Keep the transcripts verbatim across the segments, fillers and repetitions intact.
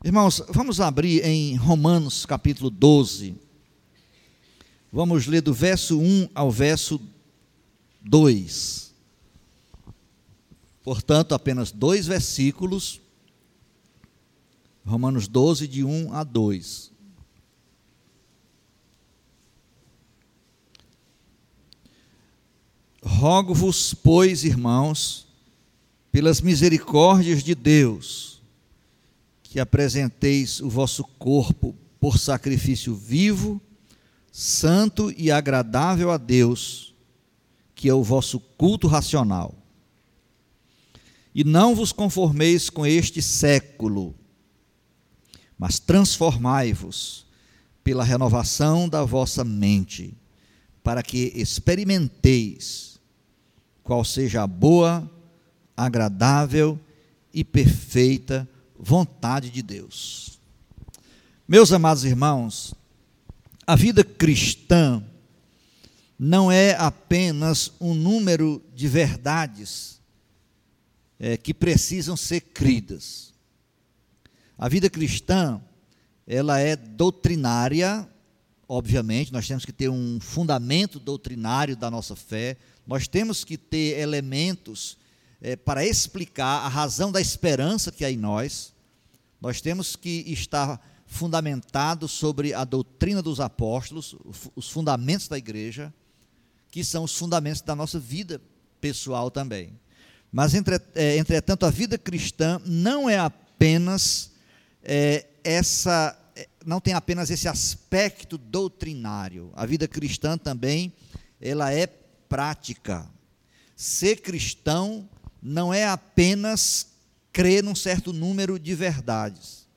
Irmãos, vamos abrir em Romanos capítulo doze. Vamos ler do verso um ao verso dois. Portanto, apenas dois versículos. Romanos doze, de um a dois. Rogo-vos, pois, irmãos, pelas misericórdias de Deus, que apresenteis o vosso corpo por sacrifício vivo, santo e agradável a Deus, que é o vosso culto racional. E não vos conformeis com este século, mas transformai-vos pela renovação da vossa mente, para que experimenteis qual seja a boa, agradável e perfeita vontade de Deus. Meus amados irmãos, a vida cristã não é apenas um número de verdades é, que precisam ser cridas. A vida cristã, ela é doutrinária, obviamente, nós temos que ter um fundamento doutrinário da nossa fé, nós temos que ter elementos é, para explicar a razão da esperança que há em nós, nós temos que estar fundamentado sobre a doutrina dos apóstolos, os fundamentos da igreja, que são os fundamentos da nossa vida pessoal também. Mas, entretanto, a vida cristã não é apenas é, essa, não tem apenas esse aspecto doutrinário. A vida cristã também, ela é prática. Ser cristão não é apenas crer num certo número de verdades.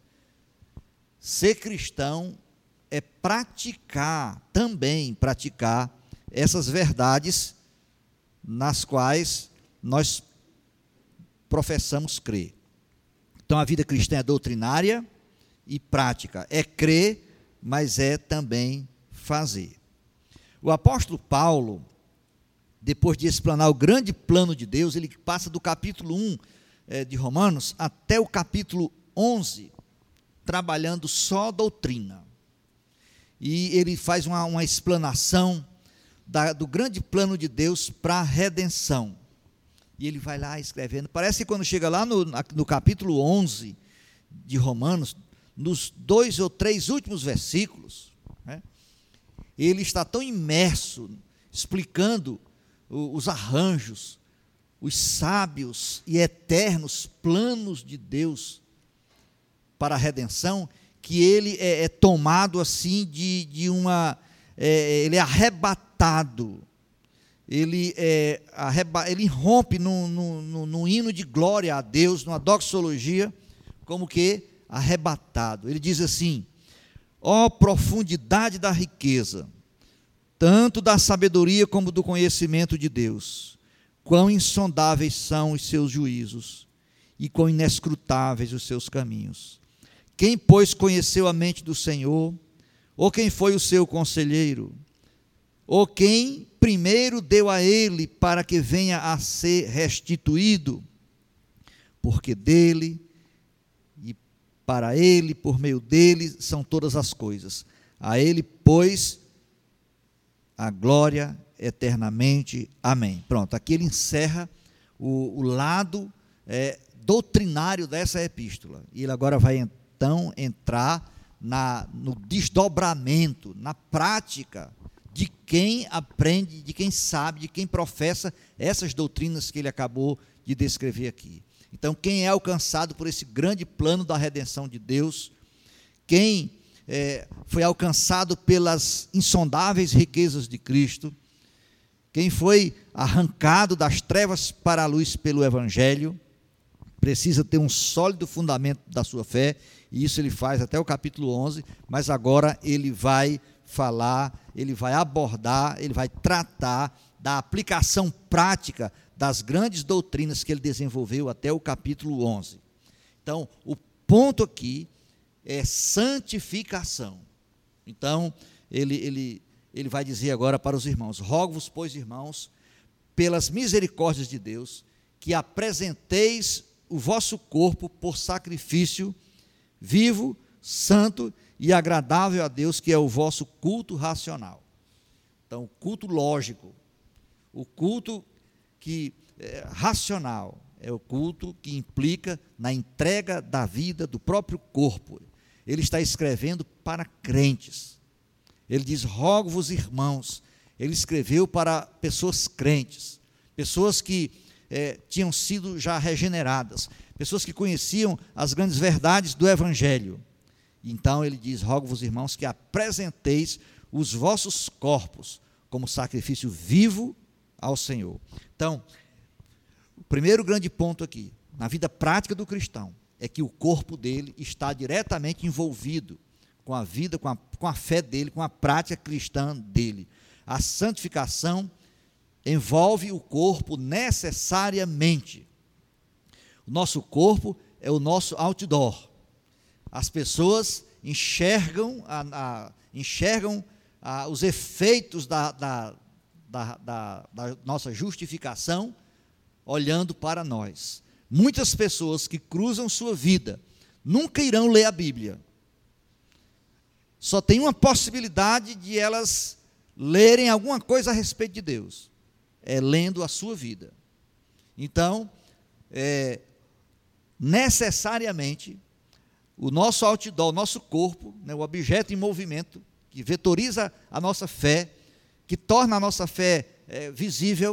Ser cristão é praticar, também praticar essas verdades nas quais nós professamos crer. Então a vida cristã é doutrinária e prática. É crer, mas é também fazer. O apóstolo Paulo, depois de explanar o grande plano de Deus, ele passa do capítulo um eh, de Romanos até o capítulo onze, trabalhando só doutrina. E ele faz uma, uma explanação da, do grande plano de Deus para a redenção. E ele vai lá escrevendo. Parece que quando chega lá no, no capítulo onze de Romanos, nos dois ou três últimos versículos, né, ele está tão imerso, explicando o, os arranjos, os sábios e eternos planos de Deus para a redenção, que ele é, é tomado assim de, de uma, é, ele é arrebatado, ele, é, arreba, ele rompe no, no, no, no hino de glória a Deus, numa doxologia, como que arrebatado. Ele diz assim: ó profundidade da riqueza, tanto da sabedoria como do conhecimento de Deus, quão insondáveis são os seus juízos, e quão inescrutáveis os seus caminhos. Quem, pois, conheceu a mente do Senhor? Ou quem foi o seu conselheiro? Ou quem primeiro deu a ele para que venha a ser restituído? Porque dele, e para ele, por meio dele, são todas as coisas. A ele, pois, a glória eternamente. Amém. Pronto, aqui ele encerra o, o lado é, doutrinário dessa epístola. E ele agora vai entrar. Então, entrar na, no desdobramento, na prática de quem aprende, de quem sabe, de quem professa essas doutrinas que ele acabou de descrever aqui. Então, quem é alcançado por esse grande plano da redenção de Deus, quem é, foi alcançado pelas insondáveis riquezas de Cristo, quem foi arrancado das trevas para a luz pelo Evangelho, precisa ter um sólido fundamento da sua fé, e isso ele faz até o capítulo onze, mas agora ele vai falar, ele vai abordar, ele vai tratar da aplicação prática das grandes doutrinas que ele desenvolveu até o capítulo onze. Então, o ponto aqui é santificação. Então, ele, ele, ele vai dizer agora para os irmãos: rogo-vos, pois, irmãos, pelas misericórdias de Deus, que apresenteis o vosso corpo por sacrifício vivo, santo e agradável a Deus, que é o vosso culto racional. Então, o culto lógico, o culto que é racional, é o culto que implica na entrega da vida do próprio corpo. Ele está escrevendo para crentes. Ele diz: rogo-vos, irmãos. Ele escreveu para pessoas crentes, pessoas que é, tinham sido já regeneradas, pessoas que conheciam as grandes verdades do Evangelho. Então ele diz: rogo-vos, irmãos, que apresenteis os vossos corpos como sacrifício vivo ao Senhor. Então, o primeiro grande ponto aqui, na vida prática do cristão, é que o corpo dele está diretamente envolvido com a vida, com a, com a fé dele, com a prática cristã dele. A santificação envolve o corpo necessariamente. O nosso corpo é o nosso outdoor. As pessoas enxergam, a, a, enxergam a, os efeitos da, da, da, da, da nossa justificação olhando para nós. Muitas pessoas que cruzam sua vida nunca irão ler a Bíblia. Só tem uma possibilidade de elas lerem alguma coisa a respeito de Deus, é lendo a sua vida. Então, é, necessariamente, o nosso outdoor, o nosso corpo, né, o objeto em movimento, que vetoriza a nossa fé, que torna a nossa fé é, visível,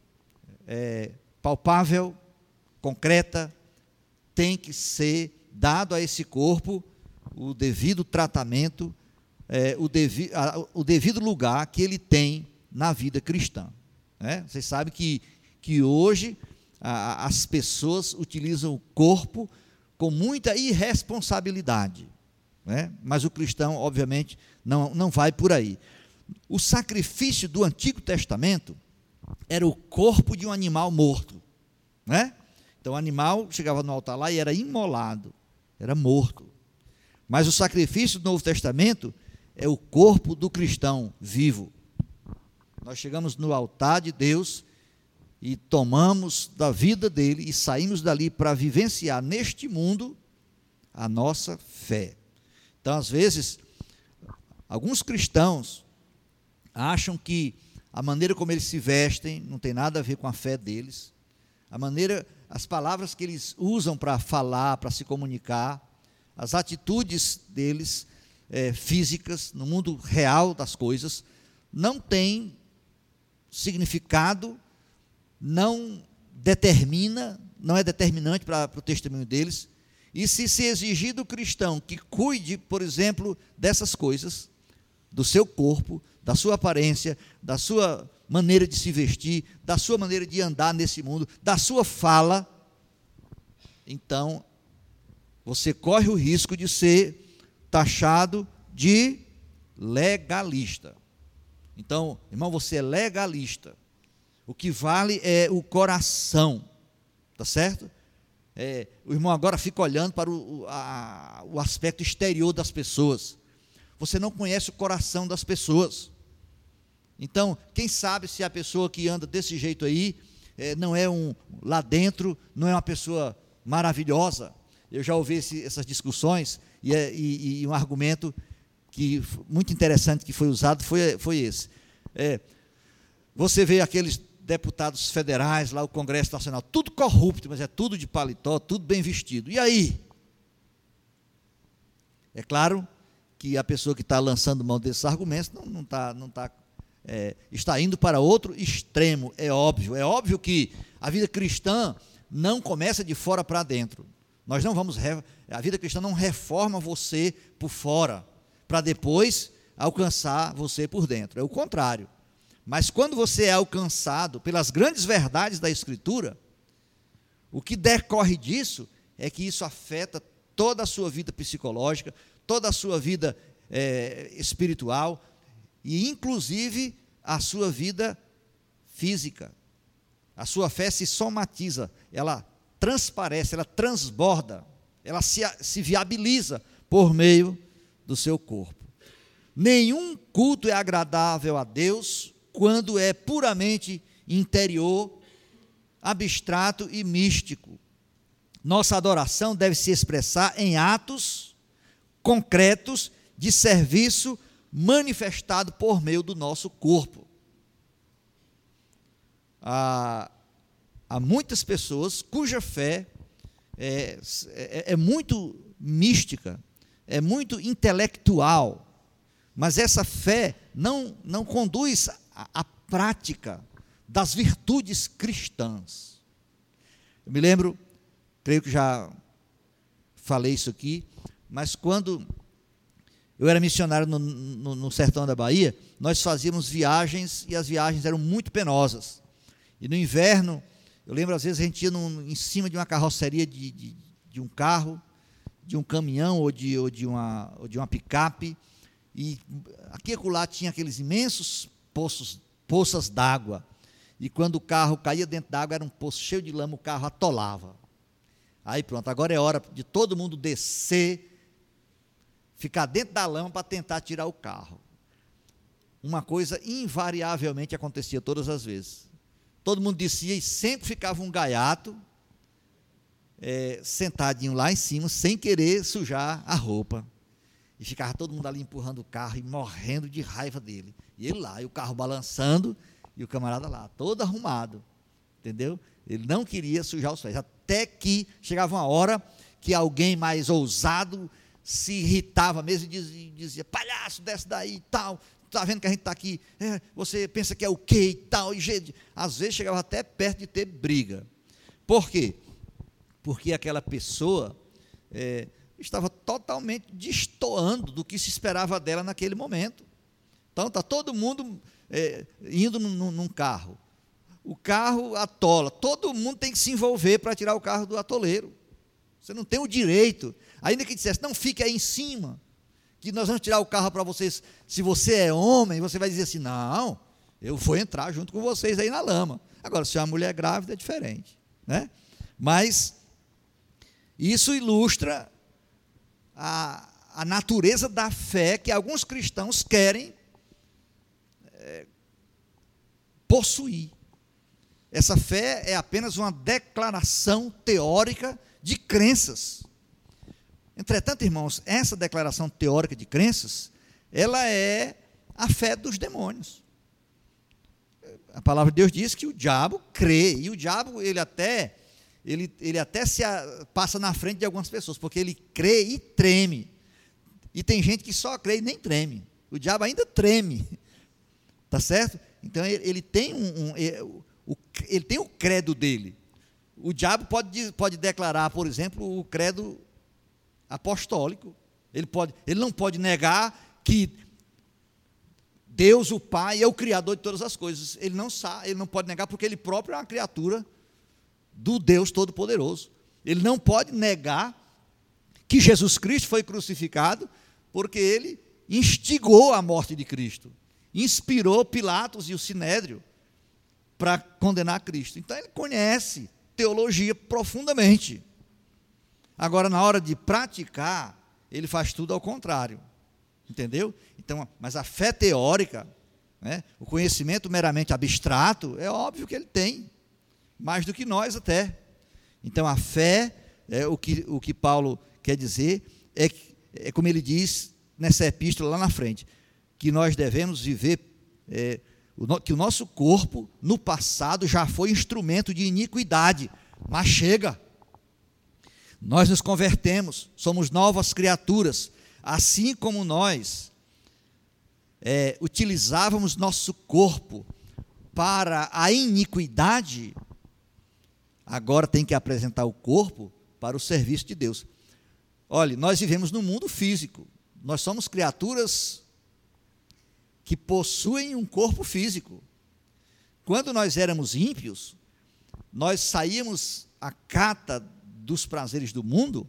é, palpável, concreta, tem que ser dado a esse corpo o devido tratamento, é, o, devi, a, o devido lugar que ele tem na vida cristã. Né? Vocês sabem que, que hoje a, as pessoas utilizam o corpo com muita irresponsabilidade, né? Mas o cristão, obviamente, não, não vai por aí. O sacrifício do Antigo Testamento era o corpo de um animal morto, né? Então o animal chegava no altar lá e era imolado, era morto. Mas o sacrifício do Novo Testamento é o corpo do cristão vivo. Nós chegamos no altar de Deus e tomamos da vida dele e saímos dali para vivenciar neste mundo a nossa fé. Então, às vezes, alguns cristãos acham que a maneira como eles se vestem não tem nada a ver com a fé deles, a maneira, as palavras que eles usam para falar, para se comunicar, as atitudes deles é, físicas no mundo real das coisas não têm significado, não determina, não é determinante para, para o testemunho deles. E se se exigir do cristão que cuide, por exemplo, dessas coisas, do seu corpo, da sua aparência, da sua maneira de se vestir, da sua maneira de andar nesse mundo, da sua fala, então você corre o risco de ser taxado de legalista. Então, irmão, você é legalista. O que vale é o coração, tá certo? É, o irmão agora fica olhando para o, a, o aspecto exterior das pessoas. Você não conhece o coração das pessoas. Então, quem sabe se a pessoa que anda desse jeito aí, é, não é um, lá dentro, não é uma pessoa maravilhosa. Eu já ouvi esse, essas discussões, e, e, e um argumento que, muito interessante que foi usado foi, foi esse. É, você vê aqueles deputados federais, lá o Congresso Nacional, tudo corrupto, mas é tudo de paletó, tudo bem vestido. E aí? É claro que a pessoa que está lançando mão desses argumentos não, não está, não está, é, está indo para outro extremo, é óbvio. É óbvio que a vida cristã não começa de fora para dentro. Nós não vamos, a vida cristã não reforma você por fora, para depois alcançar você por dentro. É o contrário. Mas quando você é alcançado pelas grandes verdades da Escritura, o que decorre disso é que isso afeta toda a sua vida psicológica, toda a sua vida é, espiritual e, inclusive, a sua vida física. A sua fé se somatiza, ela transparece, ela transborda, ela se, se viabiliza por meio do seu corpo. Nenhum culto é agradável a Deus quando é puramente interior, abstrato e místico. Nossa adoração deve se expressar em atos concretos de serviço manifestado por meio do nosso corpo. Há, há muitas pessoas cuja fé é, é, é muito mística, é muito intelectual, mas essa fé não, não conduz à prática das virtudes cristãs. Eu me lembro, creio que já falei isso aqui, mas quando eu era missionário no, no, no sertão da Bahia, nós fazíamos viagens e as viagens eram muito penosas. E no inverno, eu lembro às vezes a gente ia num, em cima de uma carroceria de, de, de um carro, de um caminhão ou de, ou de uma, ou de uma picape, e aqui e acolá tinha aqueles imensos poços, poças d'água, e quando o carro caía dentro d'água, era um poço cheio de lama, o carro atolava. Aí pronto, agora é hora de todo mundo descer, ficar dentro da lama para tentar tirar o carro. Uma coisa invariavelmente acontecia todas as vezes. Todo mundo descia e sempre ficava um gaiato, é, sentadinho lá em cima, sem querer sujar a roupa. E ficava todo mundo ali empurrando o carro e morrendo de raiva dele. E ele lá, e o carro balançando, e o camarada lá, todo arrumado. Entendeu? Ele não queria sujar os pés. Até que chegava uma hora que alguém mais ousado se irritava mesmo e dizia, dizia palhaço, desce daí e tal, está vendo que a gente está aqui, é, você pensa que é o quê e tal, e gente, às vezes chegava até perto de ter briga. Por quê? Porque aquela pessoa é, estava totalmente destoando do que se esperava dela naquele momento. Então está todo mundo é, indo num, num carro, o carro atola, todo mundo tem que se envolver para tirar o carro do atoleiro. Você não tem o direito, ainda que dissesse, não fique aí em cima, que nós vamos tirar o carro para vocês. Se você é homem, você vai dizer assim, não, eu vou entrar junto com vocês aí na lama. Agora, se é uma mulher grávida, é diferente, né? Mas isso ilustra a, a natureza da fé que alguns cristãos querem é, possuir. Essa fé é apenas uma declaração teórica de crenças. Entretanto, irmãos, essa declaração teórica de crenças, ela é a fé dos demônios. A palavra de Deus diz que o diabo crê, e o diabo, ele até, ele, ele até se a, passa na frente de algumas pessoas, porque ele crê e treme. E tem gente que só crê e nem treme. O diabo ainda treme. Tá certo? Então, ele, ele tem um... um ele, o, ele tem o credo dele. O diabo pode, pode declarar, por exemplo, o credo apostólico. Ele, pode, ele não pode negar que Deus, o Pai, é o Criador de todas as coisas. Ele não sabe, ele não pode negar porque ele próprio é uma criatura do Deus Todo-Poderoso. Ele não pode negar que Jesus Cristo foi crucificado porque ele instigou a morte de Cristo, inspirou Pilatos e o Sinédrio para condenar Cristo. Então ele conhece teologia profundamente. Agora, na hora de praticar, ele faz tudo ao contrário. Entendeu? Então, mas a fé teórica, né, o conhecimento meramente abstrato, é óbvio que ele tem, mais do que nós até. Então, a fé, é, o, que, o que Paulo quer dizer, é, é como ele diz nessa epístola lá na frente, que nós devemos viver, é, o, que o nosso corpo, no passado, já foi instrumento de iniquidade, mas chega. Nós nos convertemos, somos novas criaturas, assim como nós é, utilizávamos nosso corpo para a iniquidade, agora tem que apresentar o corpo para o serviço de Deus. Olha, nós vivemos no mundo físico, nós somos criaturas que possuem um corpo físico. Quando nós éramos ímpios, nós saíamos à cata dos prazeres do mundo,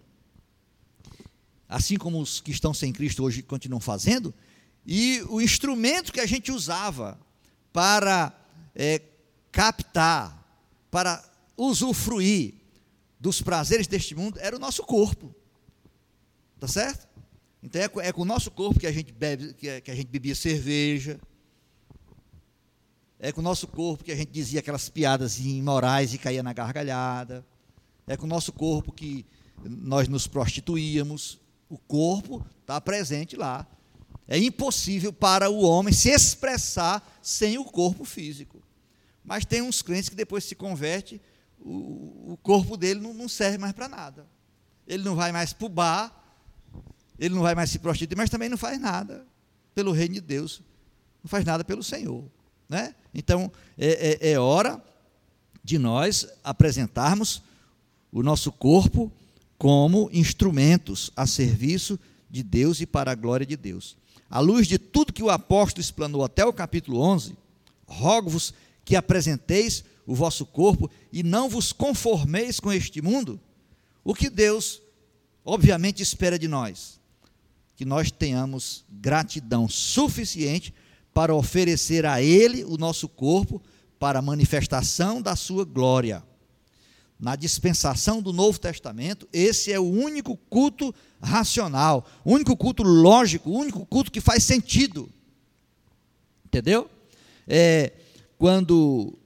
assim como os que estão sem Cristo hoje continuam fazendo, e o instrumento que a gente usava para é, captar, para usufruir dos prazeres deste mundo, era o nosso corpo. Tá certo? Então é com, é com o nosso corpo que a gente bebe, que, que a gente bebia cerveja, é com o nosso corpo que a gente dizia aquelas piadas imorais e caía na gargalhada, é com o nosso corpo que nós nos prostituíamos. O corpo está presente lá. É impossível para o homem se expressar sem o corpo físico. Mas tem uns crentes que depois se converte, o, o corpo dele não, não serve mais para nada. Ele não vai mais para o bar, ele não vai mais se prostituir, mas também não faz nada pelo reino de Deus, não faz nada pelo Senhor, né? Então, é, é, é hora de nós apresentarmos o nosso corpo como instrumentos a serviço de Deus e para a glória de Deus. À luz de tudo que o apóstolo explanou até o capítulo onze, rogo-vos que apresenteis o vosso corpo e não vos conformeis com este mundo. O que Deus, obviamente, espera de nós? Que nós tenhamos gratidão suficiente para oferecer a Ele o nosso corpo para a manifestação da sua glória. Na dispensação do Novo Testamento, esse é o único culto racional, o único culto lógico, o único culto que faz sentido. Entendeu? É, quando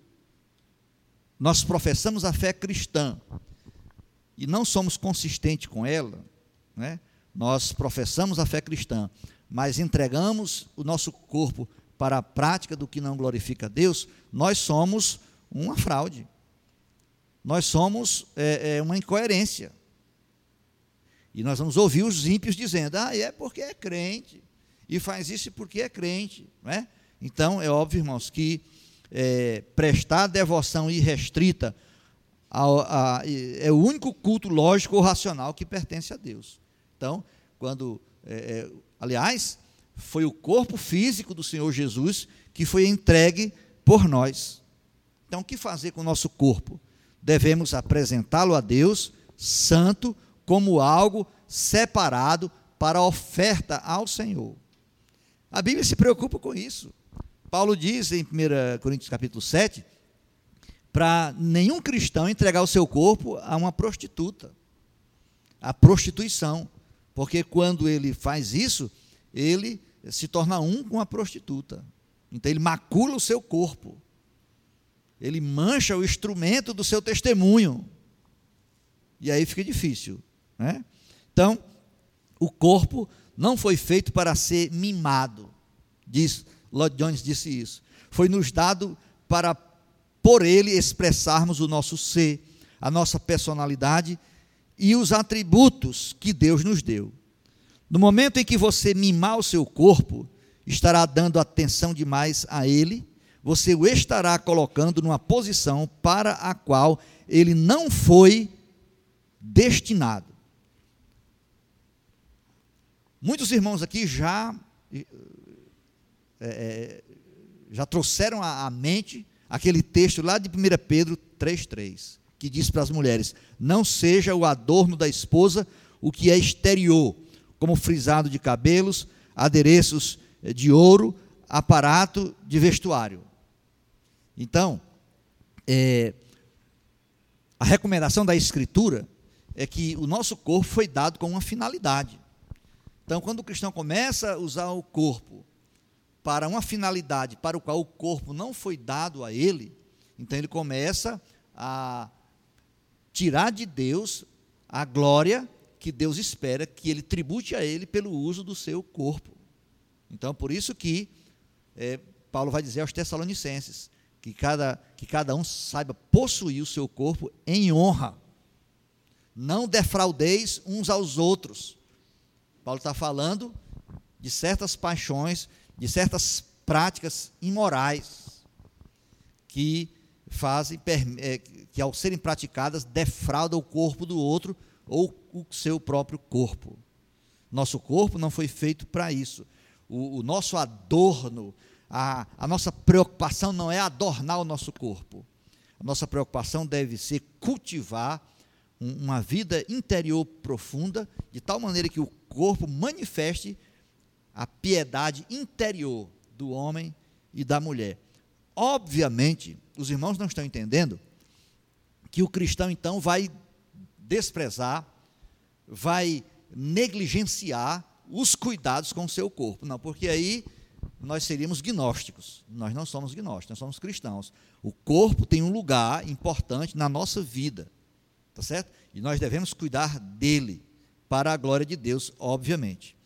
nós professamos a fé cristã e não somos consistentes com ela, né? Nós professamos a fé cristã, mas entregamos o nosso corpo para a prática do que não glorifica a Deus, nós somos uma fraude. Nós somos é, é, uma incoerência. E nós vamos ouvir os ímpios dizendo, ah, é porque é crente, e faz isso porque é crente, não é? Então, é óbvio, irmãos, que é, prestar devoção irrestrita a, a, é o único culto lógico ou racional que pertence a Deus. Então, quando, é, é, aliás, foi o corpo físico do Senhor Jesus que foi entregue por nós. Então, o que fazer com o nosso corpo? Devemos apresentá-lo a Deus, santo, como algo separado para a oferta ao Senhor. A Bíblia se preocupa com isso. Paulo diz em primeira Coríntios capítulo sete, para nenhum cristão entregar o seu corpo a uma prostituta, a prostituição, porque quando ele faz isso, ele se torna um com a prostituta. Então ele macula o seu corpo. Ele mancha o instrumento do seu testemunho. E aí fica difícil, né? Então, o corpo não foi feito para ser mimado. Diz, Lloyd Jones disse isso. Foi nos dado para, por ele, expressarmos o nosso ser, a nossa personalidade e os atributos que Deus nos deu. No momento em que você mimar o seu corpo, estará dando atenção demais a ele, você o estará colocando numa posição para a qual ele não foi destinado. Muitos irmãos aqui já, é, já trouxeram à mente aquele texto lá de primeira Pedro três, três, que diz para as mulheres, não seja o adorno da esposa o que é exterior, como frisado de cabelos, adereços de ouro, aparato de vestuário. Então, é, a recomendação da Escritura é que o nosso corpo foi dado com uma finalidade. Então, quando o cristão começa a usar o corpo para uma finalidade para o qual o corpo não foi dado a ele, então ele começa a tirar de Deus a glória que Deus espera que ele tribute a ele pelo uso do seu corpo. Então, por isso que é, Paulo vai dizer aos Tessalonicenses, que cada, que cada um saiba possuir o seu corpo em honra. Não defraudeis uns aos outros. Paulo está falando de certas paixões, de certas práticas imorais, que fazem, que ao serem praticadas, defraudam o corpo do outro, ou o seu próprio corpo. Nosso corpo não foi feito para isso. O, o nosso adorno, A, a nossa preocupação não é adornar o nosso corpo. A nossa preocupação deve ser cultivar um, uma vida interior profunda, de tal maneira que o corpo manifeste a piedade interior do homem e da mulher. Obviamente, os irmãos não estão entendendo que o cristão, então, vai desprezar, vai negligenciar os cuidados com o seu corpo. Não, porque aí nós seríamos gnósticos. Nós não somos gnósticos, nós somos cristãos. O corpo tem um lugar importante na nossa vida, tá certo? E nós devemos cuidar dele, para a glória de Deus, obviamente.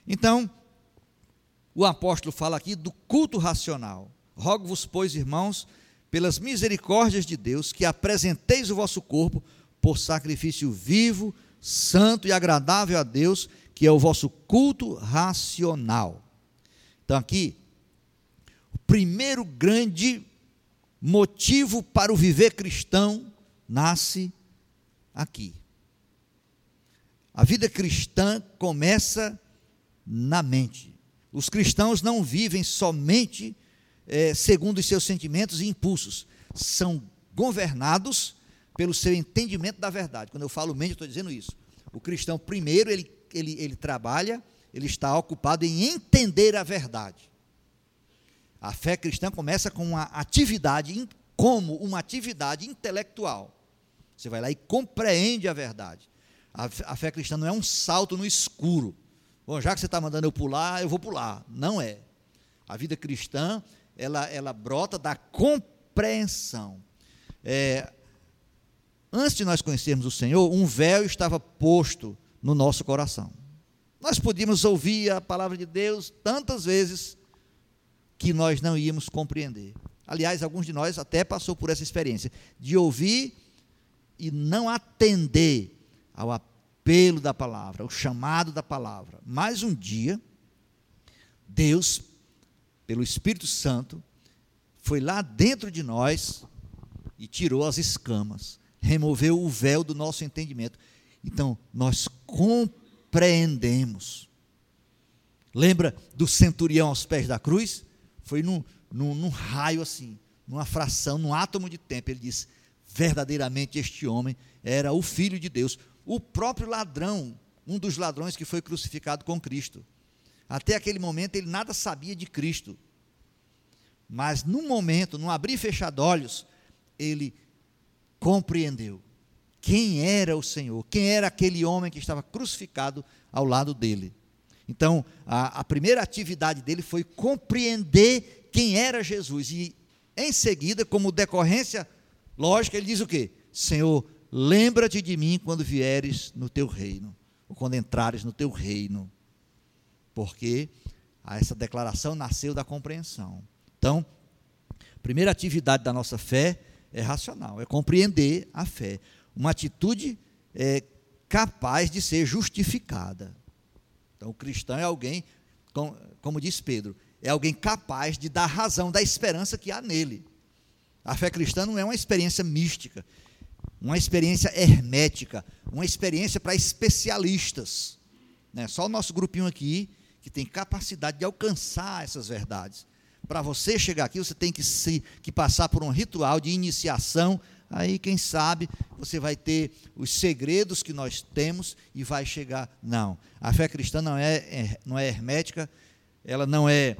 Então, o apóstolo fala aqui do culto racional. Rogo-vos, pois, irmãos, pelas misericórdias de Deus, que apresenteis o vosso corpo por sacrifício vivo, santo e agradável a Deus, que é o vosso culto racional. Então aqui, o primeiro grande motivo para o viver cristão nasce aqui. A vida cristã começa na mente. Os cristãos não vivem somente é, segundo os seus sentimentos e impulsos, são governados pelo seu entendimento da verdade. Quando eu falo mente, eu estou dizendo isso. O cristão, primeiro, ele, ele, ele trabalha, ele está ocupado em entender a verdade. A fé cristã começa com uma atividade, como uma atividade intelectual. Você vai lá e compreende a verdade. A, a fé cristã não é um salto no escuro. Bom, já que você está mandando eu pular, eu vou pular. Não é. A vida cristã, ela, ela brota da compreensão. É, antes de nós conhecermos o Senhor, um véu estava posto no nosso coração. Nós podíamos ouvir a palavra de Deus tantas vezes que nós não íamos compreender. Aliás, alguns de nós até passou por essa experiência, de ouvir e não atender ao apelo da palavra, ao chamado da palavra. Mas um dia, Deus, pelo Espírito Santo, foi lá dentro de nós e tirou as escamas, removeu o véu do nosso entendimento. Então, nós compreendemos. Lembra do centurião aos pés da cruz? Foi num, num, num raio assim, numa fração, num átomo de tempo. Ele disse, verdadeiramente este homem era o Filho de Deus. O próprio ladrão, um dos ladrões que foi crucificado com Cristo. Até aquele momento ele nada sabia de Cristo. Mas num momento, num abrir e fechar de olhos, ele compreendeu quem era o Senhor, quem era aquele homem que estava crucificado ao lado dele. Então, a, a primeira atividade dele foi compreender quem era Jesus. E, em seguida, como decorrência lógica, ele diz o quê? Senhor, lembra-te de mim quando vieres no teu reino, ou quando entrares no teu reino. Porque essa declaração nasceu da compreensão. Então, a primeira atividade da nossa fé é racional, é compreender a fé. Uma atitude é, capaz de ser justificada. Então, o cristão é alguém, como, como diz Pedro, é alguém capaz de dar razão da esperança que há nele. A fé cristã não é uma experiência mística, uma experiência hermética, uma experiência para especialistas. Né? Só o nosso grupinho aqui que tem capacidade de alcançar essas verdades. Para você chegar aqui, você tem que, se, que passar por um ritual de iniciação. Aí, quem sabe, você vai ter os segredos que nós temos e vai chegar. Não, a fé cristã não é, é, não é hermética, ela não é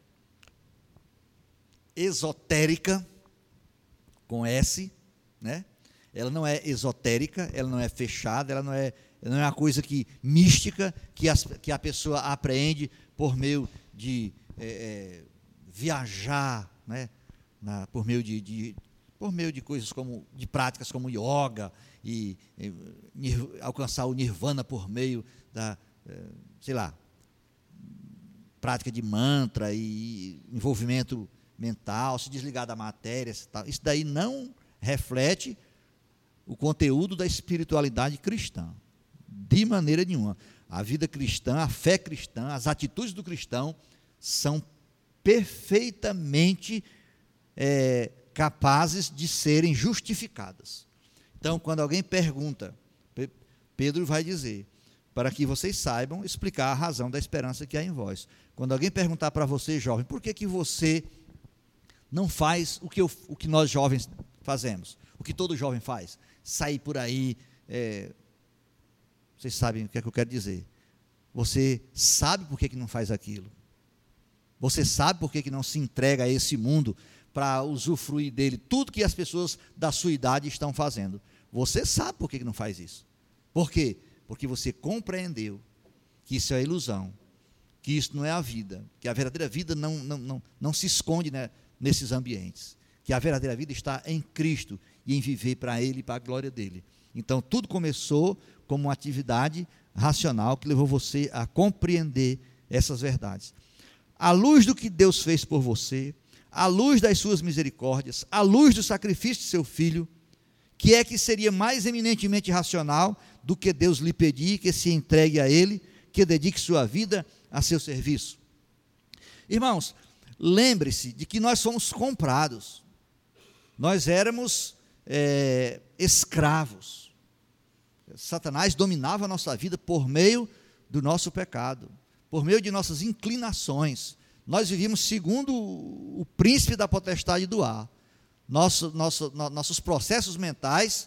esotérica, com S, né? Ela não é esotérica, ela não é fechada, ela não é, não é uma coisa que, mística que, as, que a pessoa apreende por meio de é, é, viajar, né? Na, por meio de, de por meio de coisas como, de práticas como yoga, e, e nir, alcançar o nirvana por meio da, sei lá, prática de mantra e envolvimento mental, se desligar da matéria, isso daí não reflete o conteúdo da espiritualidade cristã, de maneira nenhuma. A vida cristã, a fé cristã, as atitudes do cristão são perfeitamente é, capazes de serem justificadas. Então, quando alguém pergunta, Pedro vai dizer, para que vocês saibam explicar a razão da esperança que há em vós. Quando alguém perguntar para você, jovem, por que, que você não faz o que, eu, o que nós jovens fazemos? O que todo jovem faz? Sair por aí, é, vocês sabem o que é que eu quero dizer. Você sabe por que, que não faz aquilo. Você sabe por que, que não se entrega a esse mundo para usufruir dele, tudo que as pessoas da sua idade estão fazendo. Você sabe por que, que não faz isso. Por quê? Porque você compreendeu que isso é ilusão, que isso não é a vida, que a verdadeira vida não, não, não, não se esconde, né, nesses ambientes, que a verdadeira vida está em Cristo e em viver para Ele e para a glória dEle. Então, tudo começou como uma atividade racional que levou você a compreender essas verdades. À luz do que Deus fez por você, à luz das suas misericórdias, à luz do sacrifício de seu filho, que é que seria mais eminentemente racional do que Deus lhe pedir que se entregue a Ele, que dedique sua vida a seu serviço? Irmãos, lembre-se de que nós somos comprados, nós éramos é, escravos. Satanás dominava a nossa vida por meio do nosso pecado, por meio de nossas inclinações. Nós vivíamos segundo o príncipe da potestade do ar. Nosso, nosso, no, nossos processos mentais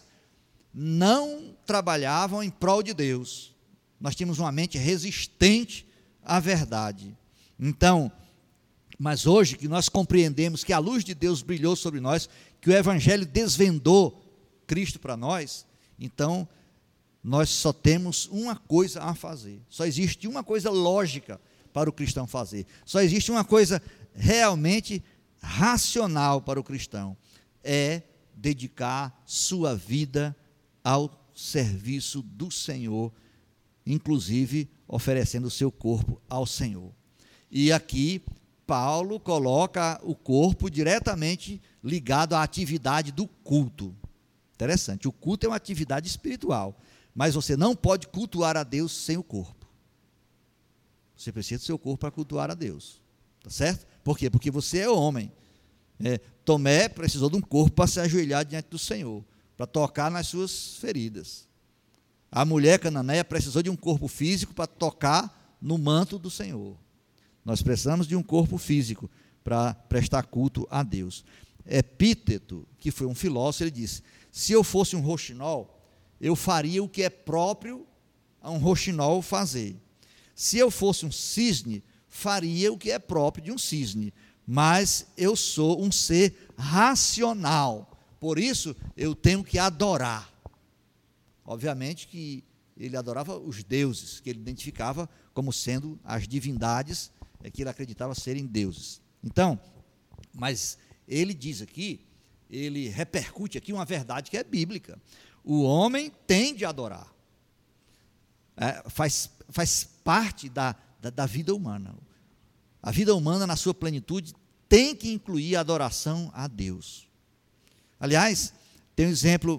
não trabalhavam em prol de Deus. Nós tínhamos uma mente resistente à verdade. Então, mas hoje que nós compreendemos que a luz de Deus brilhou sobre nós, que o Evangelho desvendou Cristo para nós, então nós só temos uma coisa a fazer. Só existe uma coisa lógica para o cristão fazer. Só existe uma coisa realmente racional para o cristão. É dedicar sua vida ao serviço do Senhor, inclusive oferecendo o seu corpo ao Senhor. E aqui Paulo coloca o corpo diretamente ligado à atividade do culto. Interessante, o culto é uma atividade espiritual, mas você não pode cultuar a Deus sem o corpo. Você precisa do seu corpo para cultuar a Deus, tá certo? Por quê? Porque você é homem. É, Tomé precisou de um corpo para se ajoelhar diante do Senhor, para tocar nas suas feridas. A mulher cananeia precisou de um corpo físico para tocar no manto do Senhor. Nós precisamos de um corpo físico para prestar culto a Deus. Epíteto, que foi um filósofo, ele disse: se eu fosse um roxinol, eu faria o que é próprio a um roxinol fazer. Se eu fosse um cisne, faria o que é próprio de um cisne. Mas eu sou um ser racional, por isso eu tenho que adorar. Obviamente que ele adorava os deuses, que ele identificava como sendo as divindades, é que ele acreditava serem deuses. Então, mas ele diz aqui, ele repercute aqui uma verdade que é bíblica. O homem tem de adorar. É, faz, faz parte da, da, da vida humana. A vida humana, na sua plenitude, tem que incluir a adoração a Deus. Aliás, tem um exemplo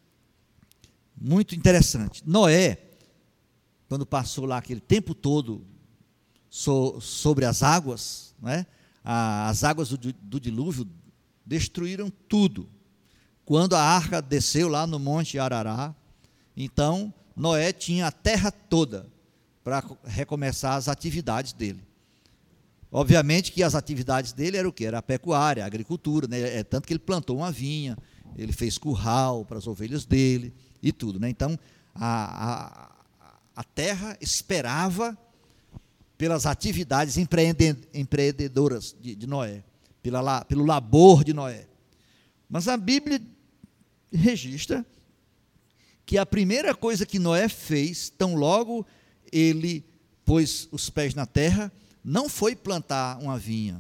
muito interessante. Noé, quando passou lá aquele tempo todo so, sobre as águas, né, as águas do, do dilúvio destruíram tudo. Quando a arca desceu lá no Monte Arará, então Noé tinha a terra toda para recomeçar as atividades dele. Obviamente que as atividades dele eram o quê? Era a pecuária, a agricultura, né? É tanto que ele plantou uma vinha, ele fez curral para as ovelhas dele e tudo, né? Então, a, a, a terra esperava pelas atividades empreende, empreendedoras de, de Noé, pela, pelo labor de Noé. Mas a Bíblia registra que a primeira coisa que Noé fez, tão logo ele pôs os pés na terra, não foi plantar uma vinha,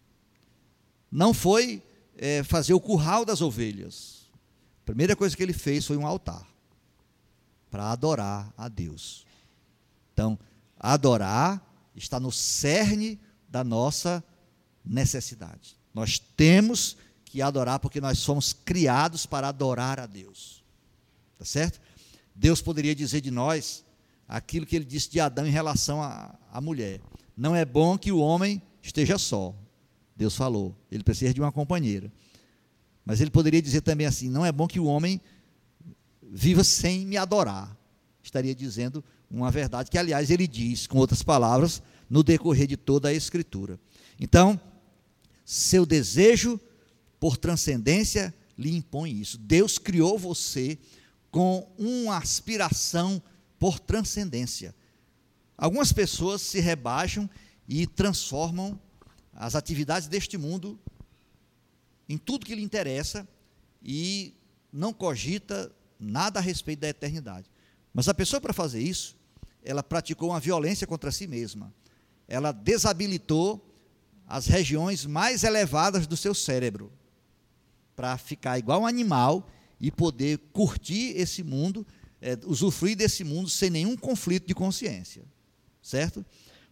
não foi é, fazer o curral das ovelhas. A primeira coisa que ele fez foi um altar, para adorar a Deus. Então, adorar está no cerne da nossa necessidade. Nós temos que adorar porque nós somos criados para adorar a Deus. Tá certo? Deus poderia dizer de nós aquilo que ele disse de Adão em relação à, à mulher. Não é bom que o homem esteja só. Deus falou, ele precisa de uma companheira. Mas ele poderia dizer também assim: não é bom que o homem viva sem me adorar. Estaria dizendo uma verdade que, aliás, ele diz, com outras palavras, no decorrer de toda a Escritura. Então, seu desejo por transcendência lhe impõe isso. Deus criou você com uma aspiração por transcendência. Algumas pessoas se rebaixam e transformam as atividades deste mundo em tudo que lhe interessa e não cogita nada a respeito da eternidade. Mas a pessoa, para fazer isso, ela praticou uma violência contra si mesma. Ela desabilitou as regiões mais elevadas do seu cérebro para ficar igual um animal e poder curtir esse mundo, é, usufruir desse mundo sem nenhum conflito de consciência. Certo?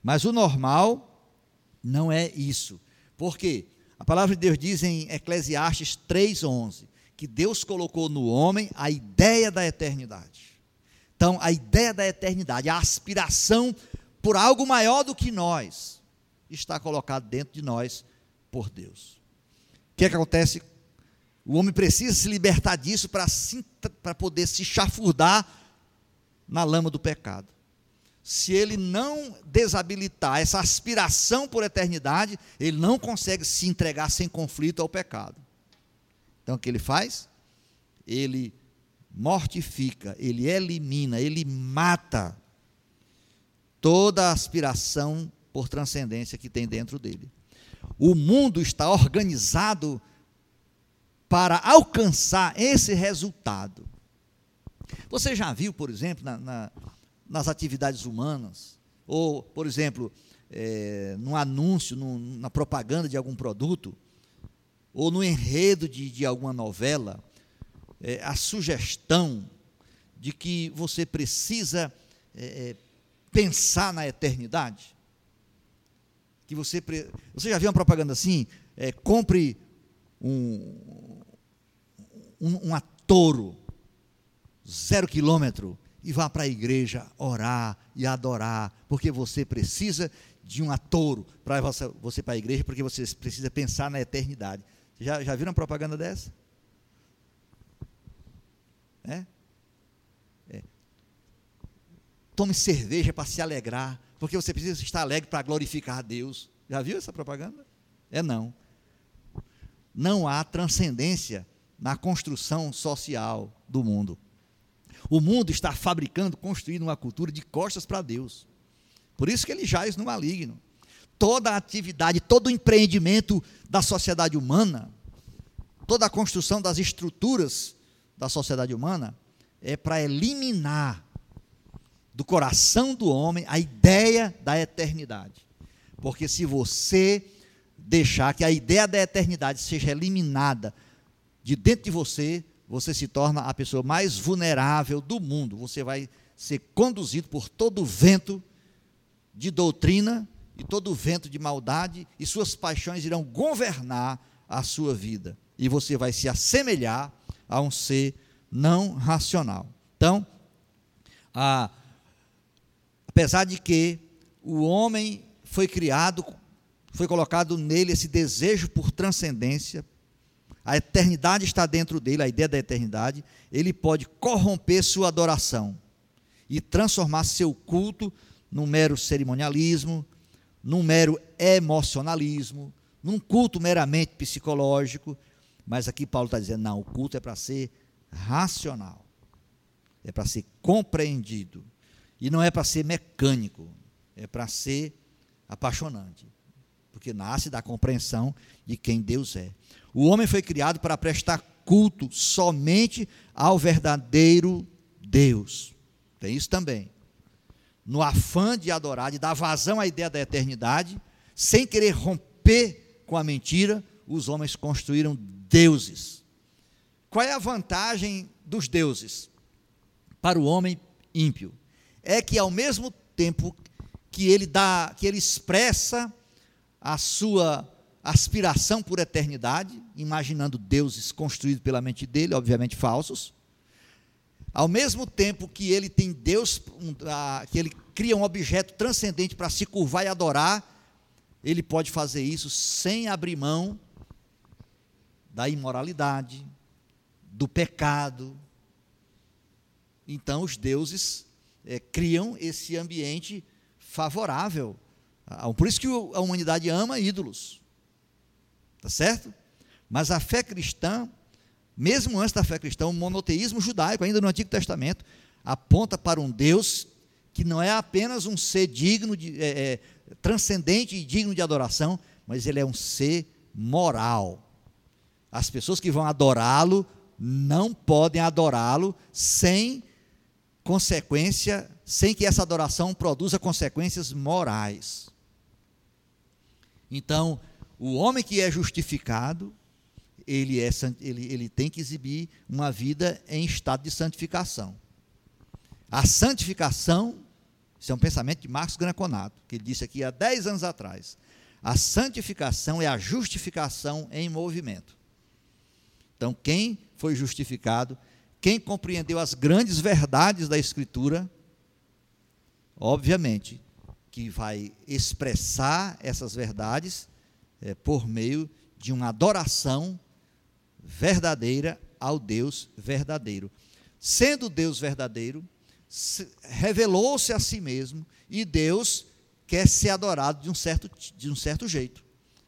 Mas o normal não é isso. Por quê? A palavra de Deus diz em Eclesiastes três, onze, que Deus colocou no homem a ideia da eternidade. Então, a ideia da eternidade, a aspiração por algo maior do que nós, está colocado dentro de nós por Deus. O que é que acontece? O homem precisa se libertar disso para para poder se chafurdar na lama do pecado. Se ele não desabilitar essa aspiração por eternidade, ele não consegue se entregar sem conflito ao pecado. Então, o que ele faz? Ele mortifica, ele elimina, ele mata toda a aspiração por transcendência que tem dentro dele. O mundo está organizado para alcançar esse resultado. Você já viu, por exemplo, na, na, nas atividades humanas, ou, por exemplo, é, num anúncio, num, na propaganda de algum produto, ou no enredo de, de alguma novela, é, a sugestão de que você precisa é, pensar na eternidade? Que você, você já viu uma propaganda assim? É, compre um, um, um touro, zero quilômetro, e vá para a igreja orar e adorar, porque você precisa de um touro para você, você para a igreja, porque você precisa pensar na eternidade. Já, já viram uma propaganda dessa? É? É. Tome cerveja para se alegrar, porque você precisa estar alegre para glorificar a Deus. Já viu essa propaganda? É não. Não há transcendência na construção social do mundo. O mundo está fabricando, construindo uma cultura de costas para Deus. Por isso que ele jaz no maligno. Toda a atividade, todo o empreendimento da sociedade humana, toda a construção das estruturas da sociedade humana, é para eliminar do coração do homem a ideia da eternidade. Porque se você deixar que a ideia da eternidade seja eliminada de dentro de você, você se torna a pessoa mais vulnerável do mundo. Você vai ser conduzido por todo o vento de doutrina e todo o vento de maldade, e suas paixões irão governar a sua vida. E você vai se assemelhar a um ser não racional. Então, a apesar de que o homem foi criado, foi colocado nele esse desejo por transcendência, a eternidade está dentro dele, a ideia da eternidade, ele pode corromper sua adoração e transformar seu culto num mero cerimonialismo, num mero emocionalismo, num culto meramente psicológico. Mas aqui Paulo está dizendo, não, o culto é para ser racional, é para ser compreendido. E não é para ser mecânico, é para ser apaixonante, porque nasce da compreensão de quem Deus é. O homem foi criado para prestar culto somente ao verdadeiro Deus. Tem isso também. No afã de adorar, de dar vazão à ideia da eternidade, sem querer romper com a mentira, os homens construíram deuses. Qual é a vantagem dos deuses para o homem ímpio? É que ao mesmo tempo que ele dá, que ele expressa a sua aspiração por eternidade, imaginando deuses construídos pela mente dele, obviamente falsos, ao mesmo tempo que ele tem Deus, que ele cria um objeto transcendente para se curvar e adorar, ele pode fazer isso sem abrir mão da imoralidade, do pecado. Então os deuses É, criam esse ambiente favorável. Por isso que a humanidade ama ídolos. Está certo? Mas a fé cristã, mesmo antes da fé cristã, o monoteísmo judaico, ainda no Antigo Testamento, aponta para um Deus que não é apenas um ser digno, de, é, é, transcendente e digno de adoração, mas ele é um ser moral. As pessoas que vão adorá-lo não podem adorá-lo sem consequência, sem que essa adoração produza consequências morais. Então, o homem que é justificado, ele, é, ele, ele tem que exibir uma vida em estado de santificação. A santificação Isso é um pensamento de Marcos Granconato, que ele disse aqui há dez anos atrás. A santificação é a justificação em movimento. Então, quem foi justificado, quem compreendeu as grandes verdades da Escritura, obviamente, que vai expressar essas verdades é, por meio de uma adoração verdadeira ao Deus verdadeiro. Sendo Deus verdadeiro, revelou-se a si mesmo, e Deus quer ser adorado de um certo, de um certo jeito.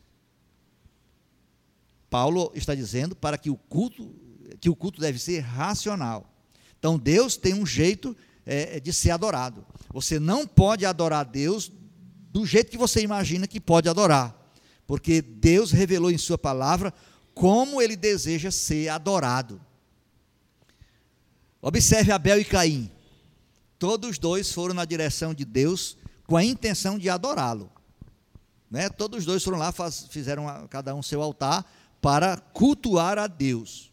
Paulo está dizendo para que o culto, que o culto deve ser racional. Então Deus tem um jeito é, de ser adorado. Você não pode adorar Deus do jeito que você imagina que pode adorar, porque Deus revelou em sua palavra como ele deseja ser adorado. Observe Abel e Caim. Todos os dois foram na direção de Deus com a intenção de adorá-lo. Né? Todos os dois foram lá, faz, fizeram a, cada um seu altar para cultuar a Deus.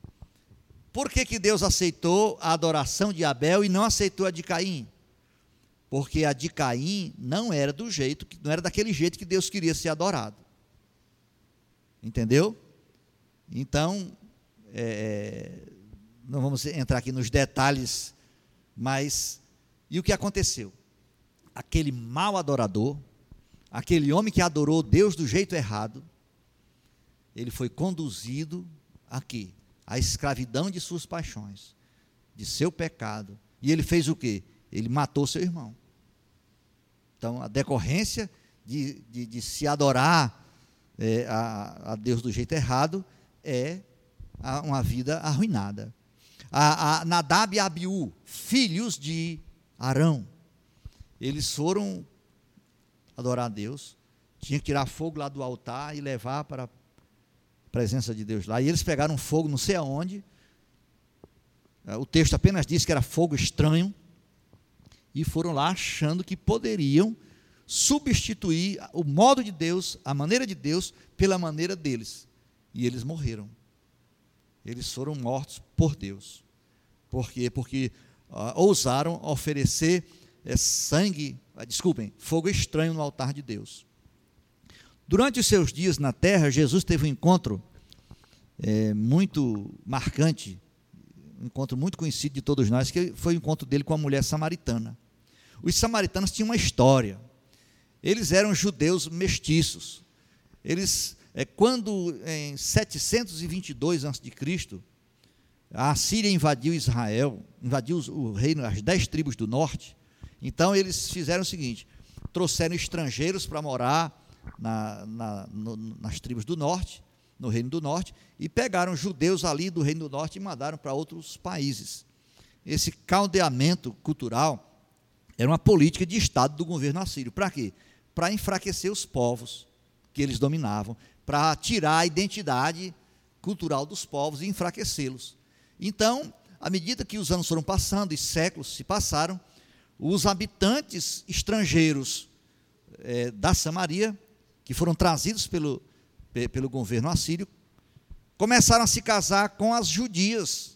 Por que que Deus aceitou a adoração de Abel e não aceitou a de Caim? Porque a de Caim não era do jeito, não era daquele jeito que Deus queria ser adorado. Entendeu? Então, é, não vamos entrar aqui nos detalhes, mas, e o que aconteceu? Aquele mau adorador, aquele homem que adorou Deus do jeito errado, ele foi conduzido aqui, à escravidão de suas paixões, de seu pecado, e ele fez o quê? Ele matou seu irmão. Então, a decorrência de, de, de se adorar é, a, a Deus do jeito errado é a, uma vida arruinada. A, a Nadab e Abiú, filhos de Arão, eles foram adorar a Deus, tinha que tirar fogo lá do altar e levar para a presença de Deus lá, e eles pegaram fogo não sei aonde, o texto apenas diz que era fogo estranho, e foram lá achando que poderiam substituir o modo de Deus, a maneira de Deus, pela maneira deles, e eles morreram. Eles foram mortos por Deus. Por quê? Porque uh, ousaram oferecer é, sangue, uh, desculpem, fogo estranho no altar de Deus. Durante os seus dias na terra, Jesus teve um encontro é, muito marcante, um encontro muito conhecido de todos nós, que foi o encontro dele com a mulher samaritana. Os samaritanos tinham uma história. Eles eram judeus mestiços. Eles, é, quando em setecentos e vinte e dois antes de Cristo, a Síria invadiu Israel, invadiu o reino, as dez tribos do norte, então eles fizeram o seguinte, trouxeram estrangeiros para morar na, na, no, nas tribos do norte, no reino do norte, e pegaram judeus ali do reino do norte e mandaram para outros países. Esse caldeamento cultural era uma política de Estado do governo assírio. Para quê? Para enfraquecer os povos que eles dominavam, para tirar a identidade cultural dos povos e enfraquecê-los. Então, à medida que os anos foram passando e séculos se passaram, os habitantes estrangeiros é, da Samaria, que foram trazidos pelo, pelo governo assírio, começaram a se casar com as judias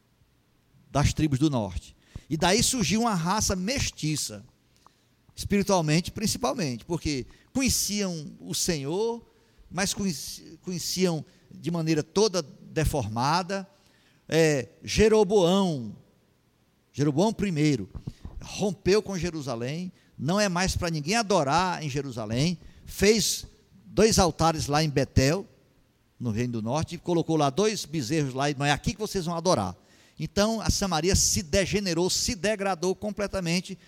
das tribos do norte. E daí surgiu uma raça mestiça, espiritualmente principalmente, porque conheciam o Senhor, mas conheciam de maneira toda deformada. É, Jeroboão, Jeroboão primeiro, rompeu com Jerusalém, não é mais para ninguém adorar em Jerusalém, fez dois altares lá em Betel, no Reino do Norte, e colocou lá dois bezerros lá, e não é aqui que vocês vão adorar. Então, a Samaria se degenerou, se degradou completamente,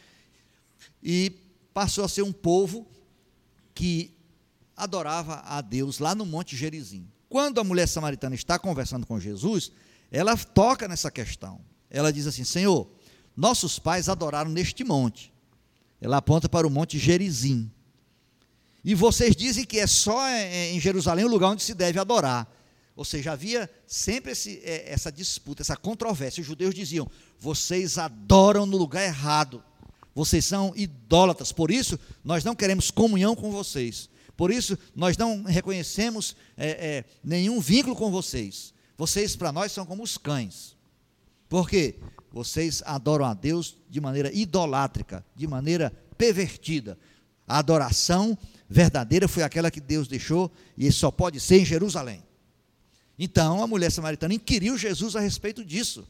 e passou a ser um povo que adorava a Deus lá no Monte Gerizim. Quando a mulher samaritana está conversando com Jesus, ela toca nessa questão. Ela diz assim, Senhor, nossos pais adoraram neste monte. Ela aponta para o Monte Gerizim. E vocês dizem que é só em Jerusalém o lugar onde se deve adorar. Ou seja, havia sempre esse, essa disputa, essa controvérsia. Os judeus diziam, vocês adoram no lugar errado, vocês são idólatras, por isso nós não queremos comunhão com vocês, por isso nós não reconhecemos é, é, nenhum vínculo com vocês, vocês para nós são como os cães. Por quê? vocês adoram a Deus de maneira idolátrica, de maneira pervertida. A adoração verdadeira foi aquela que Deus deixou, e só pode ser em Jerusalém. Então, a mulher samaritana inquiriu Jesus a respeito disso.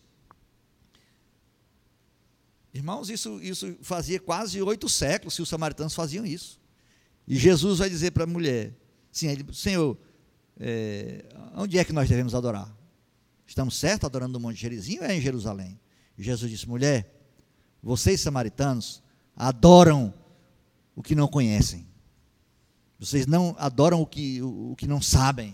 Irmãos, isso, isso fazia quase oito séculos que os samaritanos faziam isso. E Jesus vai dizer para a mulher, sim, ele, Senhor, é, onde é que nós devemos adorar? Estamos certos adorando no Monte Gerizim ou é em Jerusalém? E Jesus disse, mulher, vocês samaritanos adoram o que não conhecem. Vocês não adoram o que, o, o que não sabem.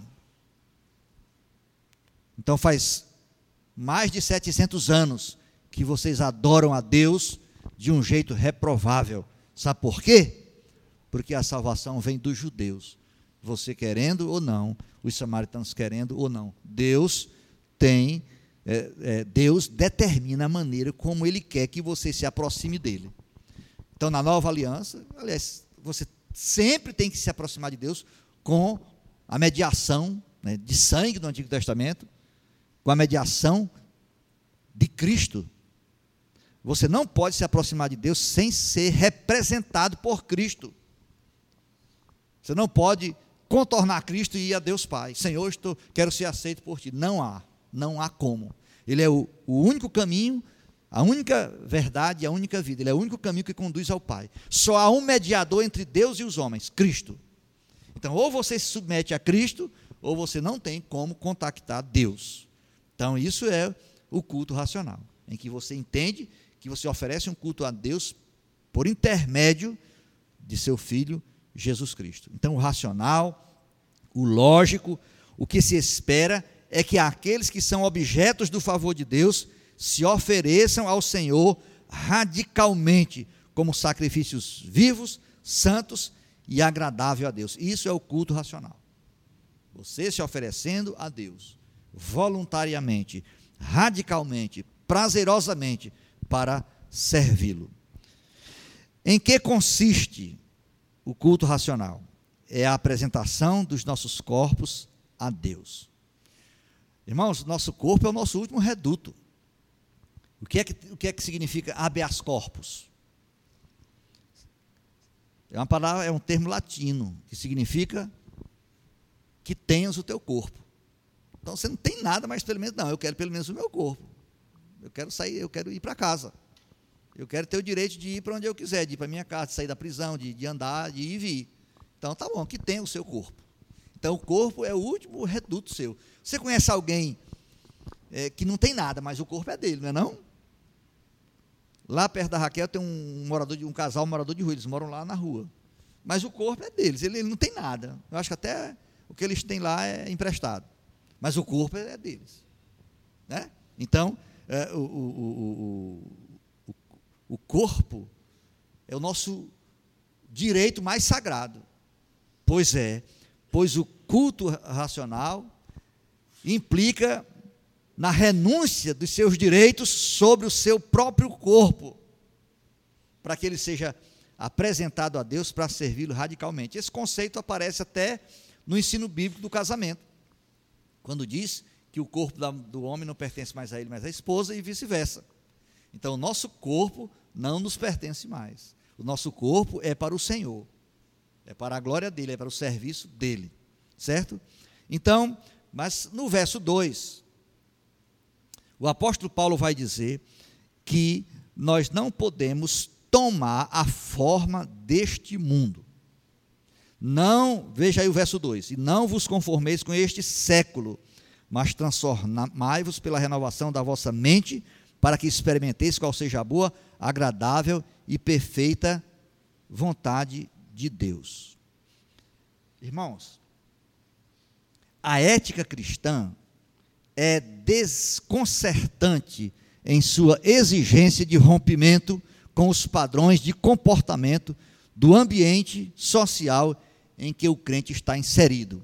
Então faz mais de setecentos anos que vocês adoram a Deus de um jeito reprovável. Sabe por quê? Porque a salvação vem dos judeus. Você querendo ou não, os samaritanos querendo ou não. Deus tem, é, é, Deus determina a maneira como Ele quer que você se aproxime dEle. Então, na nova aliança, aliás, você sempre tem que se aproximar de Deus com a mediação, né, de sangue do Antigo Testamento, com a mediação de Cristo. Você não pode se aproximar de Deus sem ser representado por Cristo. Você não pode contornar Cristo e ir a Deus Pai. Senhor, estou, quero ser aceito por Ti. Não há, não há como. Ele é o, o único caminho, a única verdade, a única vida. Ele é o único caminho que conduz ao Pai. Só há um mediador entre Deus e os homens, Cristo. Então, ou você se submete a Cristo, ou você não tem como contactar Deus. Então, isso é o culto racional, em que você entende que você oferece um culto a Deus por intermédio de seu Filho Jesus Cristo. Então, o racional, o lógico, o que se espera é que aqueles que são objetos do favor de Deus se ofereçam ao Senhor radicalmente, como sacrifícios vivos, santos e agradável a Deus. Isso é o culto racional. Você se oferecendo a Deus, voluntariamente, radicalmente, prazerosamente, para servi-lo. Em que consiste o culto racional? É a apresentação dos nossos corpos a Deus. Irmãos, nosso corpo é o nosso último reduto. O que é que, o que, é que significa habeas corpus? É uma palavra, é um termo latino, que significa que tenhas o teu corpo. Então você não tem nada, mas pelo menos, não, eu quero pelo menos o meu corpo. Eu quero sair, eu quero ir para casa. Eu quero ter o direito de ir para onde eu quiser, de ir para a minha casa, de sair da prisão, de, de andar, de ir e vir. Então tá bom, que tenha o seu corpo. Então o corpo é o último reduto seu. Você conhece alguém é, que não tem nada, mas o corpo é dele, não é não? Lá perto da Raquel tem um, morador de, um casal um morador de rua, eles moram lá na rua. Mas o corpo é deles, ele, ele não tem nada. Eu acho que até o que eles têm lá é emprestado. Mas o corpo é deles. Né? Então, é, o, o, o, o, o corpo é o nosso direito mais sagrado. Pois é, pois o culto racional implica na renúncia dos seus direitos sobre o seu próprio corpo, para que ele seja apresentado a Deus para servi-lo radicalmente. Esse conceito aparece até no ensino bíblico do casamento, quando diz que o corpo do homem não pertence mais a ele, mas à esposa, e vice-versa. Então, o nosso corpo não nos pertence mais. O nosso corpo é para o Senhor, é para a glória dele, é para o serviço dele, certo? Então, mas no verso dois, o apóstolo Paulo vai dizer que nós não podemos tomar a forma deste mundo. Não, veja aí o verso dois, e não vos conformeis com este século, mas transformai-vos pela renovação da vossa mente, para que experimenteis qual seja a boa, agradável e perfeita vontade de Deus. Irmãos, a ética cristã é desconcertante em sua exigência de rompimento com os padrões de comportamento do ambiente social em que o crente está inserido.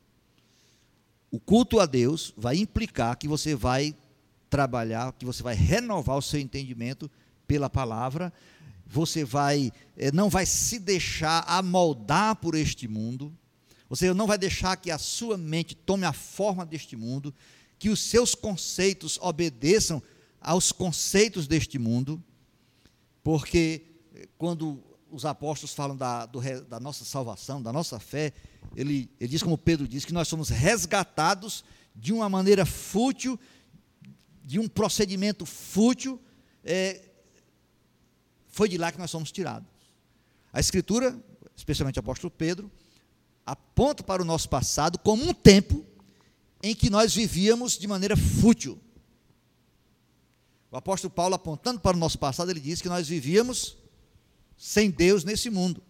O culto a Deus vai implicar que você vai trabalhar, que você vai renovar o seu entendimento pela palavra, você vai, não vai se deixar amoldar por este mundo, você não vai deixar que a sua mente tome a forma deste mundo, que os seus conceitos obedeçam aos conceitos deste mundo, porque quando os apóstolos falam da, do, da nossa salvação, da nossa fé, ele, ele diz, como Pedro diz, que nós somos resgatados de uma maneira fútil, de um procedimento fútil, é, foi de lá que nós somos tirados. A Escritura, especialmente o apóstolo Pedro, aponta para o nosso passado como um tempo em que nós vivíamos de maneira fútil. O apóstolo Paulo, apontando para o nosso passado, ele diz que nós vivíamos sem Deus nesse mundo.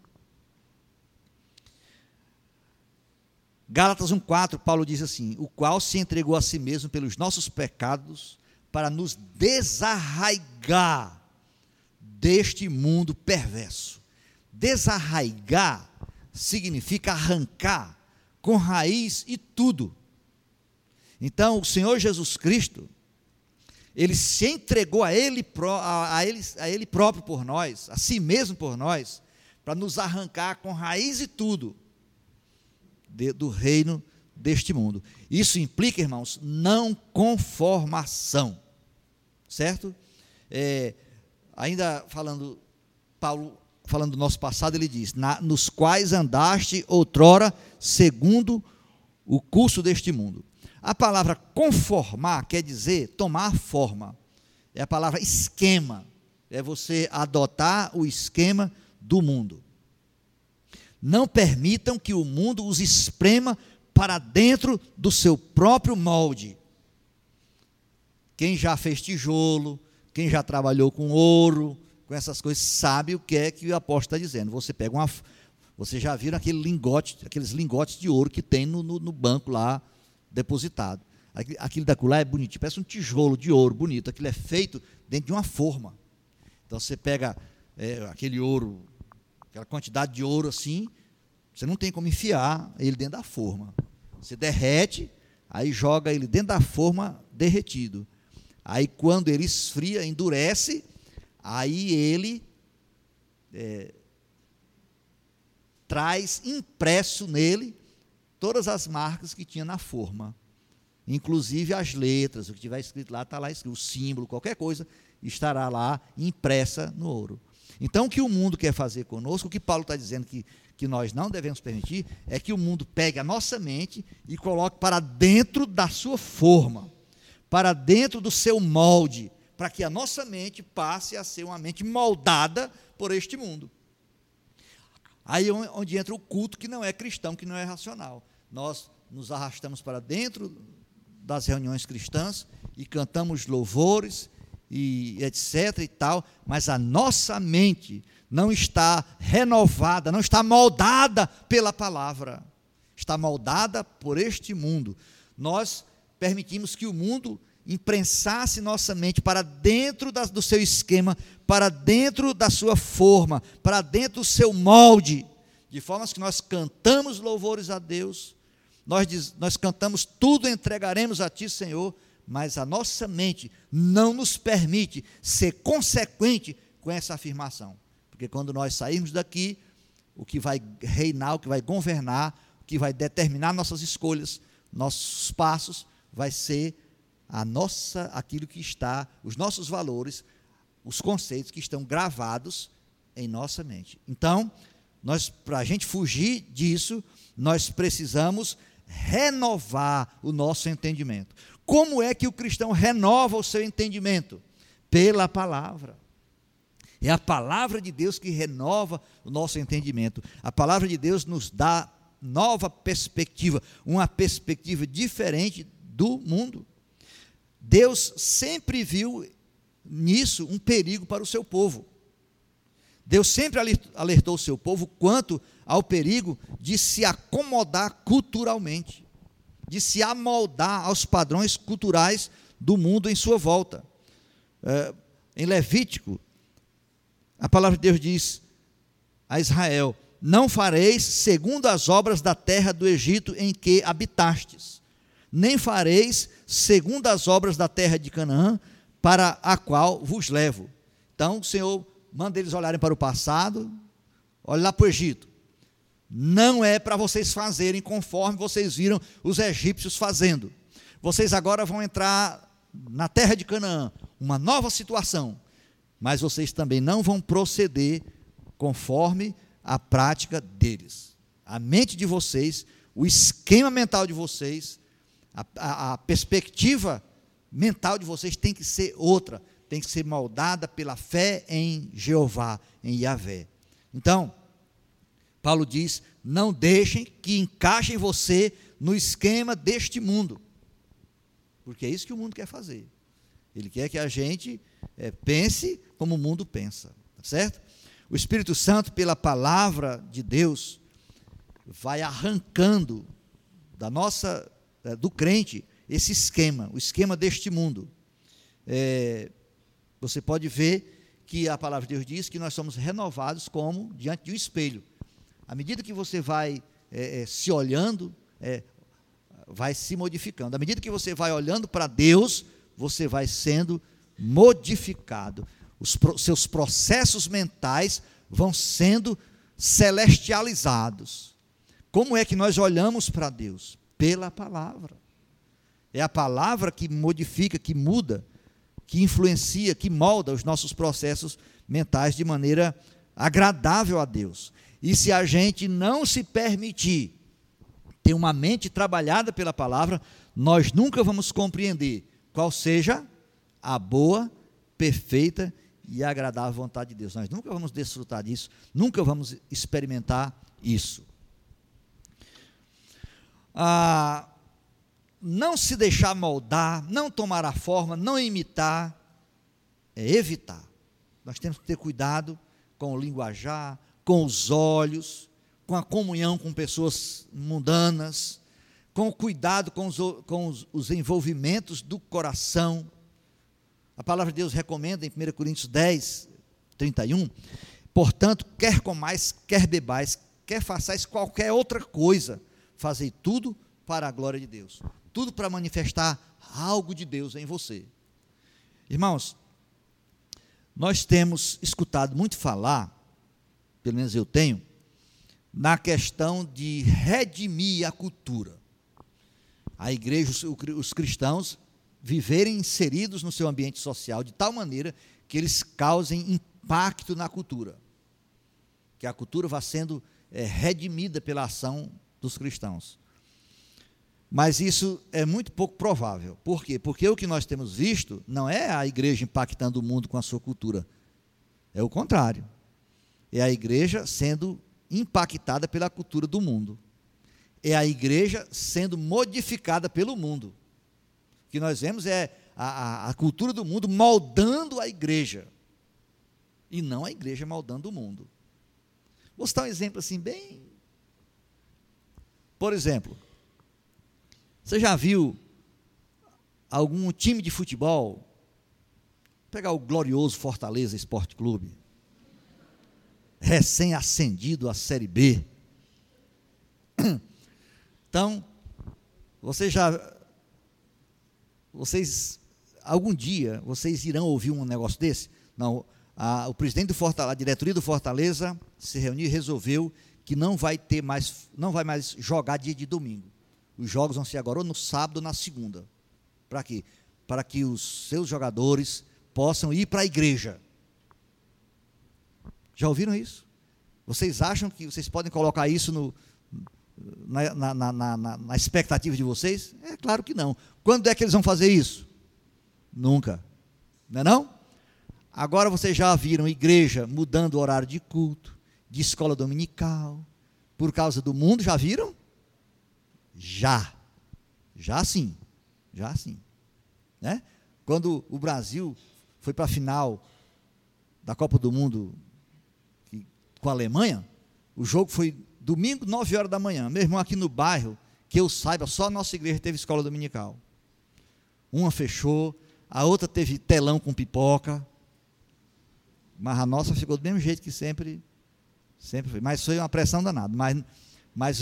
Gálatas um, quatro, Paulo diz assim: o qual se entregou a si mesmo pelos nossos pecados, para nos desarraigar deste mundo perverso. Desarraigar significa arrancar com raiz e tudo. Então, o Senhor Jesus Cristo, Ele se entregou a Ele, a Ele, a Ele próprio por nós, a si mesmo por nós, para nos arrancar com raiz e tudo de, do reino deste mundo. Isso implica, irmãos, não conformação, certo? É, ainda falando, Paulo, falando do nosso passado, ele diz, na, nos quais andaste outrora, segundo o curso deste mundo. A palavra conformar quer dizer tomar forma, é a palavra esquema, é você adotar o esquema do mundo. Não permitam que o mundo os esprema para dentro do seu próprio molde. Quem já fez tijolo, quem já trabalhou com ouro, com essas coisas, sabe o que é que o apóstolo está dizendo. Você pega uma, você já viram aquele lingote, aqueles lingotes de ouro que tem no, no, no banco lá, depositado. Aquilo da lá é bonitinho, parece um tijolo de ouro bonito. Aquilo é feito dentro de uma forma. Então você pega é, aquele ouro, aquela quantidade de ouro assim, você não tem como enfiar ele dentro da forma. Você derrete, aí joga ele dentro da forma derretido. Aí quando ele esfria, endurece, aí ele é, traz impresso nele todas as marcas que tinha na forma, inclusive as letras, o que tiver escrito lá, está lá escrito, o símbolo, qualquer coisa, estará lá impressa no ouro. Então, o que o mundo quer fazer conosco, o que Paulo está dizendo que, que nós não devemos permitir, é que o mundo pegue a nossa mente e coloque para dentro da sua forma, para dentro do seu molde, para que a nossa mente passe a ser uma mente moldada por este mundo. Aí é onde entra o culto que não é cristão, que não é racional. Nós nos arrastamos para dentro das reuniões cristãs e cantamos louvores e etc e tal, mas a nossa mente não está renovada, não está moldada pela palavra, está moldada por este mundo. Nós permitimos que o mundo imprensasse nossa mente para dentro da, do seu esquema, para dentro da sua forma, para dentro do seu molde, de forma que nós cantamos louvores a Deus, nós, diz, nós cantamos tudo entregaremos a Ti, Senhor, mas a nossa mente não nos permite ser consequente com essa afirmação, porque quando nós sairmos daqui, o que vai reinar, o que vai governar, o que vai determinar nossas escolhas, nossos passos, vai ser a nossa, aquilo que está, os nossos valores, os conceitos que estão gravados em nossa mente. Então, nós, para a gente fugir disso, nós precisamos renovar o nosso entendimento. Como é que o cristão renova o seu entendimento? Pela palavra. É a palavra de Deus que renova o nosso entendimento. A palavra de Deus nos dá nova perspectiva, uma perspectiva diferente do mundo. Deus sempre viu nisso um perigo para o seu povo. Deus sempre alertou o seu povo quanto ao perigo de se acomodar culturalmente, de se amoldar aos padrões culturais do mundo em sua volta. É, em Levítico, a palavra de Deus diz a Israel: não fareis segundo as obras da terra do Egito em que habitastes, nem fareis segundo as obras da terra de Canaã, para a qual vos levo. Então, o Senhor manda eles olharem para o passado, olha lá para o Egito. Não é para vocês fazerem conforme vocês viram os egípcios fazendo. Vocês agora vão entrar na terra de Canaã, uma nova situação, mas vocês também não vão proceder conforme a prática deles. A mente de vocês, o esquema mental de vocês, a, a, a perspectiva mental de vocês tem que ser outra, tem que ser moldada pela fé em Jeová, em Yahvé. Então, Paulo diz, não deixem que encaixem você no esquema deste mundo, porque é isso que o mundo quer fazer. Ele quer que a gente é, pense como o mundo pensa, tá certo? O Espírito Santo, pela palavra de Deus, vai arrancando da nossa, do crente, esse esquema, o esquema deste mundo. É, você pode ver que a palavra de Deus diz que nós somos renovados como diante de um espelho. À medida que você vai é, é, se olhando, é, vai se modificando. À medida que você vai olhando para Deus, você vai sendo modificado. Os pro, seus processos mentais vão sendo celestializados. Como é que nós olhamos para Deus? Pela palavra. É a palavra que modifica, que muda, que influencia, que molda os nossos processos mentais de maneira agradável a Deus. E se a gente não se permitir ter uma mente trabalhada pela palavra, nós nunca vamos compreender qual seja a boa, perfeita e agradável vontade de Deus. Nós nunca vamos desfrutar disso, nunca vamos experimentar isso. Ah, não se deixar moldar, não tomar a forma, não imitar, é evitar. Nós temos que ter cuidado com o linguajar, com os olhos, com a comunhão com pessoas mundanas, com o cuidado com os, com os, os envolvimentos do coração. A palavra de Deus recomenda em primeira Coríntios dez, trinta e um, portanto, quer comais, quer bebais, quer façais qualquer outra coisa, fazei tudo para a glória de Deus, tudo para manifestar algo de Deus em você. Irmãos, nós temos escutado muito falar, pelo menos eu tenho, na questão de redimir a cultura. A igreja, os cristãos, viverem inseridos no seu ambiente social de tal maneira que eles causem impacto na cultura, que a cultura vá sendo é, redimida pela ação dos cristãos. Mas isso é muito pouco provável. Por quê? Porque o que nós temos visto não é a igreja impactando o mundo com a sua cultura, é o contrário. É a igreja sendo impactada pela cultura do mundo. É a igreja sendo modificada pelo mundo. O que nós vemos é a, a, a cultura do mundo moldando a igreja, e não a igreja moldando o mundo. Vou citar um exemplo assim, bem... Por exemplo, você já viu algum time de futebol, vou pegar o glorioso Fortaleza Esporte Clube, recém-ascendido à Série B. Então, você já, vocês, algum dia, vocês irão ouvir um negócio desse? Não, a, o presidente do Fortaleza, a diretoria do Fortaleza, se reuniu e resolveu que não vai ter mais, não vai mais jogar dia de domingo. Os jogos vão ser agora ou no sábado ou na segunda. Para quê? Para que os seus jogadores possam ir para a igreja. Já ouviram isso? Vocês acham que vocês podem colocar isso no, na, na, na, na, na expectativa de vocês? É claro que não. Quando é que eles vão fazer isso? Nunca. Não é não? Agora vocês já viram igreja mudando o horário de culto, de escola dominical, por causa do mundo, já viram? Já. Já sim. Já sim. Né? Quando o Brasil foi para a final da Copa do Mundo com a Alemanha, o jogo foi domingo, nove horas da manhã. Meu irmão, aqui no bairro, que eu saiba, só a nossa igreja teve escola dominical. Uma fechou, a outra teve telão com pipoca, mas a nossa ficou do mesmo jeito que sempre, sempre foi. Mas foi uma pressão danada. Mas, mas,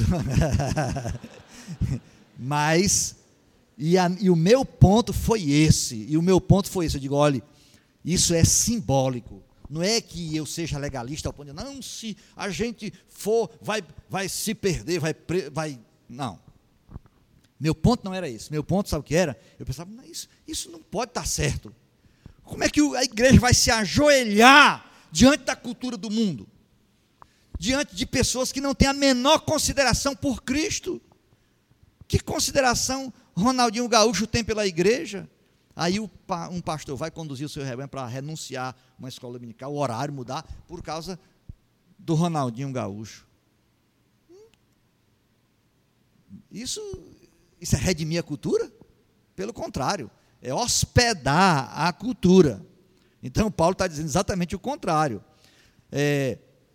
mas e, a, e o meu ponto foi esse, e o meu ponto foi esse, eu digo, olha, isso é simbólico. Não é que eu seja legalista ao ponto de, não, se a gente for, vai, vai se perder, vai, vai... Não. Meu ponto não era esse. Meu ponto, sabe o que era? Eu pensava, não, isso, isso não pode estar certo. Como é que a igreja vai se ajoelhar diante da cultura do mundo? Diante de pessoas que não têm a menor consideração por Cristo? Que consideração Ronaldinho Gaúcho tem pela igreja? Aí um pastor vai conduzir o seu rebanho para renunciar uma escola dominical, o horário mudar, por causa do Ronaldinho Gaúcho. Isso, isso é redimir a cultura? Pelo contrário, é hospedar a cultura. Então, Paulo está dizendo exatamente o contrário. É,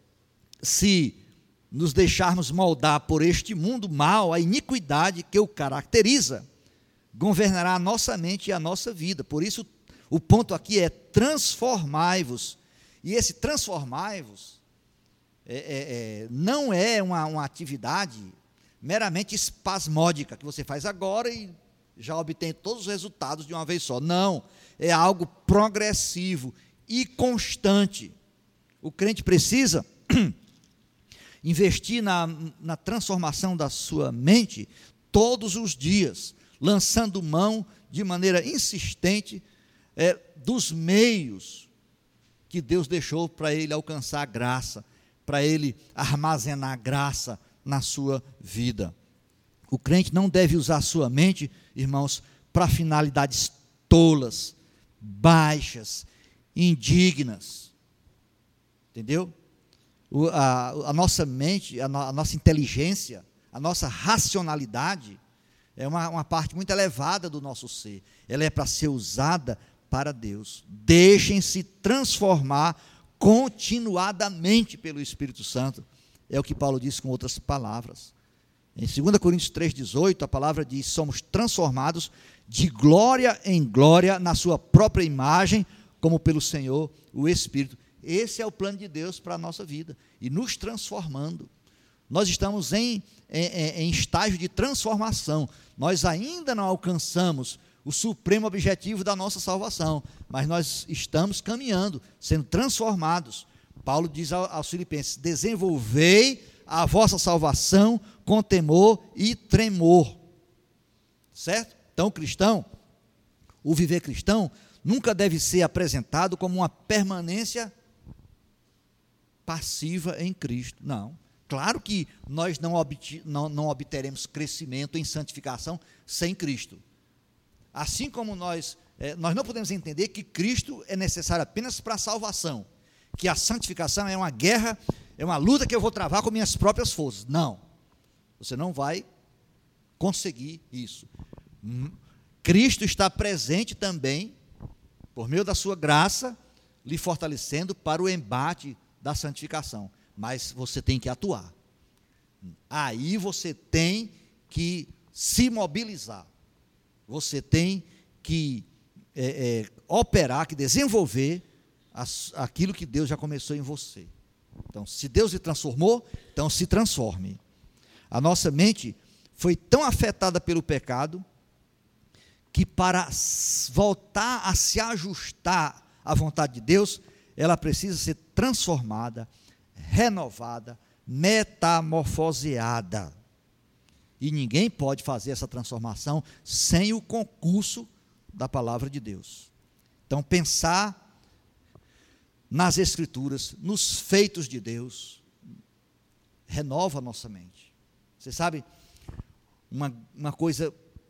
se nos deixarmos moldar por este mundo mal, a iniquidade que o caracteriza governará a nossa mente e a nossa vida. Por isso, o ponto aqui é transformai-vos. E esse transformai-vos é, é, é, não é uma, uma atividade meramente espasmódica, que você faz agora e já obtém todos os resultados de uma vez só. Não, é algo progressivo e constante. O crente precisa investir na, na transformação da sua mente todos os dias, lançando mão de maneira insistente é, dos meios que Deus deixou para ele alcançar a graça, para ele armazenar a graça na sua vida. O crente não deve usar a sua mente, irmãos, para finalidades tolas, baixas, indignas. Entendeu? O, a, a nossa mente, a, no, a nossa inteligência, a nossa racionalidade é uma, uma parte muito elevada do nosso ser. Ela é para ser usada para Deus. Deixem-se transformar continuadamente pelo Espírito Santo. É o que Paulo diz com outras palavras. Em dois Coríntios três, dezoito, a palavra diz: somos transformados de glória em glória na sua própria imagem, como pelo Senhor, o Espírito. Esse é o plano de Deus para a nossa vida, e nos transformando. Nós estamos em, em, em estágio de transformação. Nós ainda não alcançamos o supremo objetivo da nossa salvação, mas nós estamos caminhando, sendo transformados. Paulo diz aos Filipenses: desenvolvei a vossa salvação com temor e tremor. Certo? Então, o cristão, o viver cristão, nunca deve ser apresentado como uma permanência passiva em Cristo. Não. Claro que nós não, obti, não, não obteremos crescimento em santificação sem Cristo. Assim como nós, é, nós não podemos entender que Cristo é necessário apenas para a salvação, que a santificação é uma guerra, é uma luta que eu vou travar com minhas próprias forças. Não, você não vai conseguir isso. Cristo está presente também, por meio da sua graça, lhe fortalecendo para o embate da santificação. Mas você tem que atuar. Aí você tem que se mobilizar. Você tem que é, é, operar, que desenvolver as, aquilo que Deus já começou em você. Então, se Deus lhe transformou, então se transforme. A nossa mente foi tão afetada pelo pecado que, para voltar a se ajustar à vontade de Deus, ela precisa ser transformada, renovada, metamorfoseada. E ninguém pode fazer essa transformação sem o concurso da palavra de Deus. Então, pensar nas Escrituras, nos feitos de Deus, renova a nossa mente. Você sabe, uma, uma coisa,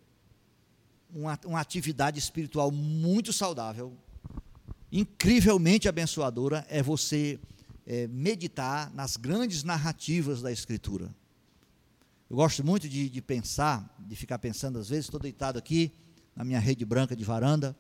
uma, uma atividade espiritual muito saudável, incrivelmente abençoadora, é você é, meditar nas grandes narrativas da Escritura. Eu gosto muito de, de pensar, de ficar pensando, às vezes estou deitado aqui, na minha rede branca de varanda,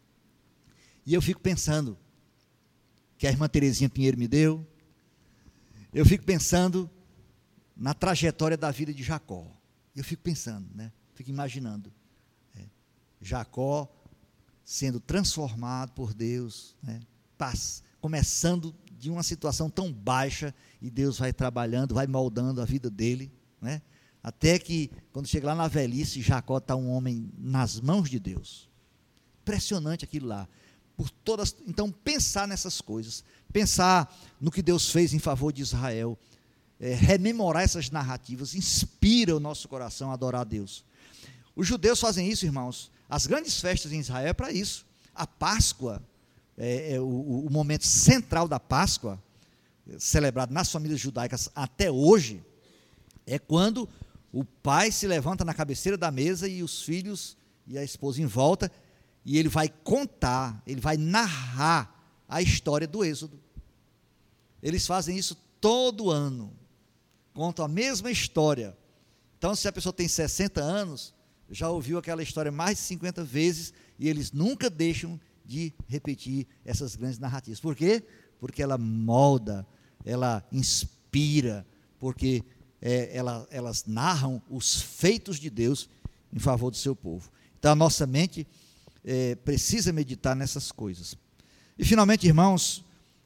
e eu fico pensando, que a irmã Terezinha Pinheiro me deu, eu fico pensando na trajetória da vida de Jacó. Eu fico pensando, né? Fico imaginando, é, Jacó sendo transformado por Deus, né? Paz, começando de uma situação tão baixa, e Deus vai trabalhando, vai moldando a vida dele, né? Até que, quando chega lá na velhice, Jacó está um homem nas mãos de Deus. Impressionante aquilo lá. Por todas, então, pensar nessas coisas, pensar no que Deus fez em favor de Israel, é, rememorar essas narrativas, inspira o nosso coração a adorar a Deus. Os judeus fazem isso, irmãos. As grandes festas em Israel é para isso. A Páscoa, é, é, o, o momento central da Páscoa, celebrado nas famílias judaicas até hoje, é quando o pai se levanta na cabeceira da mesa e os filhos e a esposa em volta, e ele vai contar, ele vai narrar a história do Êxodo. Eles fazem isso todo ano, contam a mesma história. Então, se a pessoa tem sessenta anos, já ouviu aquela história mais de cinquenta vezes, e eles nunca deixam de repetir essas grandes narrativas. Por quê? Porque ela molda, ela inspira, porque é, ela, elas narram os feitos de Deus em favor do seu povo. Então, a nossa mente é, precisa meditar nessas coisas. E, finalmente, irmãos,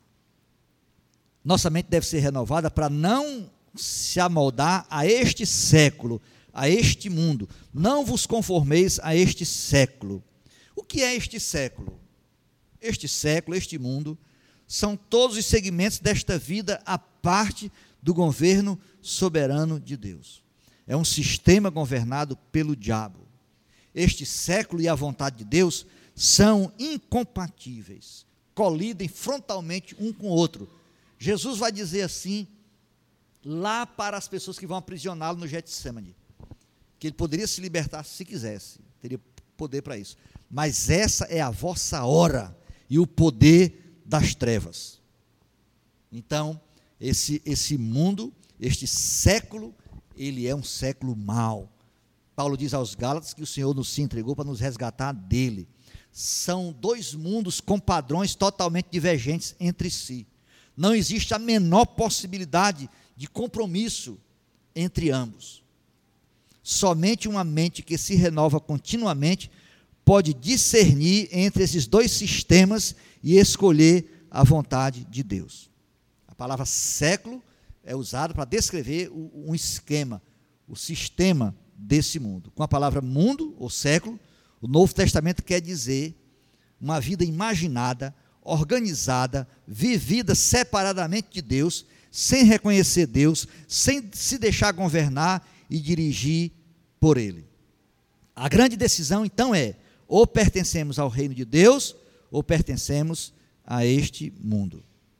nossa mente deve ser renovada para não se amoldar a este século, a este mundo. Não vos conformeis a este século. O que é este século? Este século, este mundo, são todos os segmentos desta vida à parte do governo soberano de Deus. É um sistema governado pelo diabo. Este século e a vontade de Deus são incompatíveis, colidem frontalmente um com o outro. Jesus vai dizer assim, lá para as pessoas que vão aprisioná-lo no Getsemane, que ele poderia se libertar se quisesse, teria poder para isso, mas essa é a vossa hora, e o poder das trevas. Então, esse, esse mundo, este século, ele é um século mau. Paulo diz aos Gálatas que o Senhor nos se entregou para nos resgatar dele. São dois mundos com padrões totalmente divergentes entre si. Não existe a menor possibilidade de compromisso entre ambos. Somente uma mente que se renova continuamente pode discernir entre esses dois sistemas e escolher a vontade de Deus. A palavra século é usada para descrever um esquema, o sistema desse mundo. Com a palavra mundo ou século, o Novo Testamento quer dizer uma vida imaginada, organizada, vivida separadamente de Deus, sem reconhecer Deus, sem se deixar governar e dirigir por Ele. A grande decisão, então, é ou pertencemos ao reino de Deus, ou pertencemos a este mundo.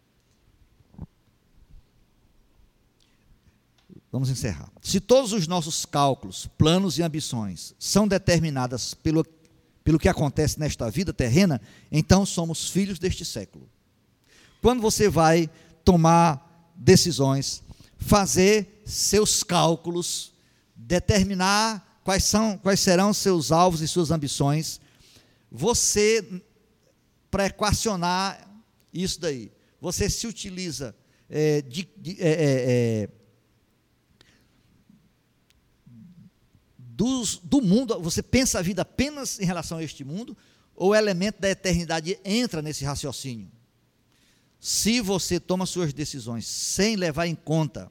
Vamos encerrar. Se todos os nossos cálculos, planos e ambições são determinadas pelo, pelo que acontece nesta vida terrena, então somos filhos deste século. Quando você vai tomar decisões, fazer seus cálculos, determinar quais são, quais serão seus alvos e suas ambições, você, para equacionar isso daí, você se utiliza é, de, de, é, é, dos, do mundo, você pensa a vida apenas em relação a este mundo, ou o elemento da eternidade entra nesse raciocínio? Se você toma suas decisões sem levar em conta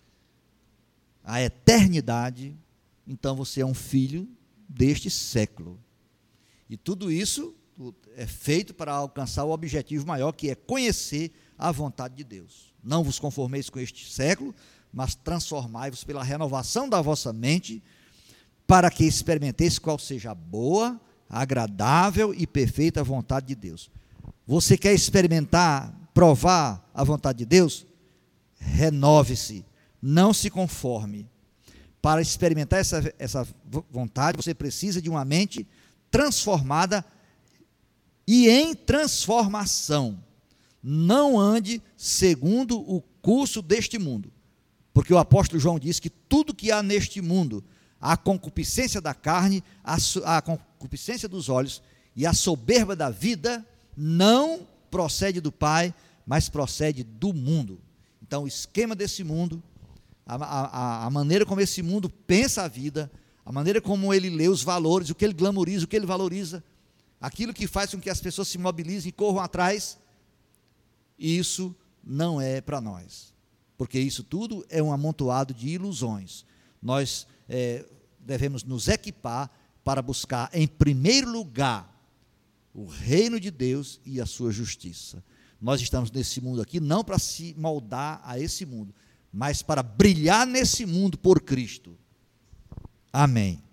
a eternidade, então você é um filho deste século. E tudo isso é feito para alcançar o objetivo maior, que é conhecer a vontade de Deus. Não vos conformeis com este século, mas transformai-vos pela renovação da vossa mente, para que experimenteis qual seja a boa, agradável e perfeita vontade de Deus. Você quer experimentar, provar a vontade de Deus? Renove-se, não se conforme. Para experimentar essa, essa vontade, você precisa de uma mente transformada e em transformação. Não ande segundo o curso deste mundo, porque o apóstolo João diz que tudo que há neste mundo, a concupiscência da carne, a, a concupiscência dos olhos e a soberba da vida, não procede do Pai, mas procede do mundo. Então, o esquema desse mundo, a, a, a maneira como esse mundo pensa a vida, a maneira como ele lê os valores, o que ele glamoriza, o que ele valoriza, aquilo que faz com que as pessoas se mobilizem e corram atrás, isso não é para nós, porque isso tudo é um amontoado de ilusões. Nós é, devemos nos equipar para buscar, em primeiro lugar, o reino de Deus e a sua justiça. Nós estamos nesse mundo aqui não para se moldar a esse mundo, mas para brilhar nesse mundo por Cristo. Amém.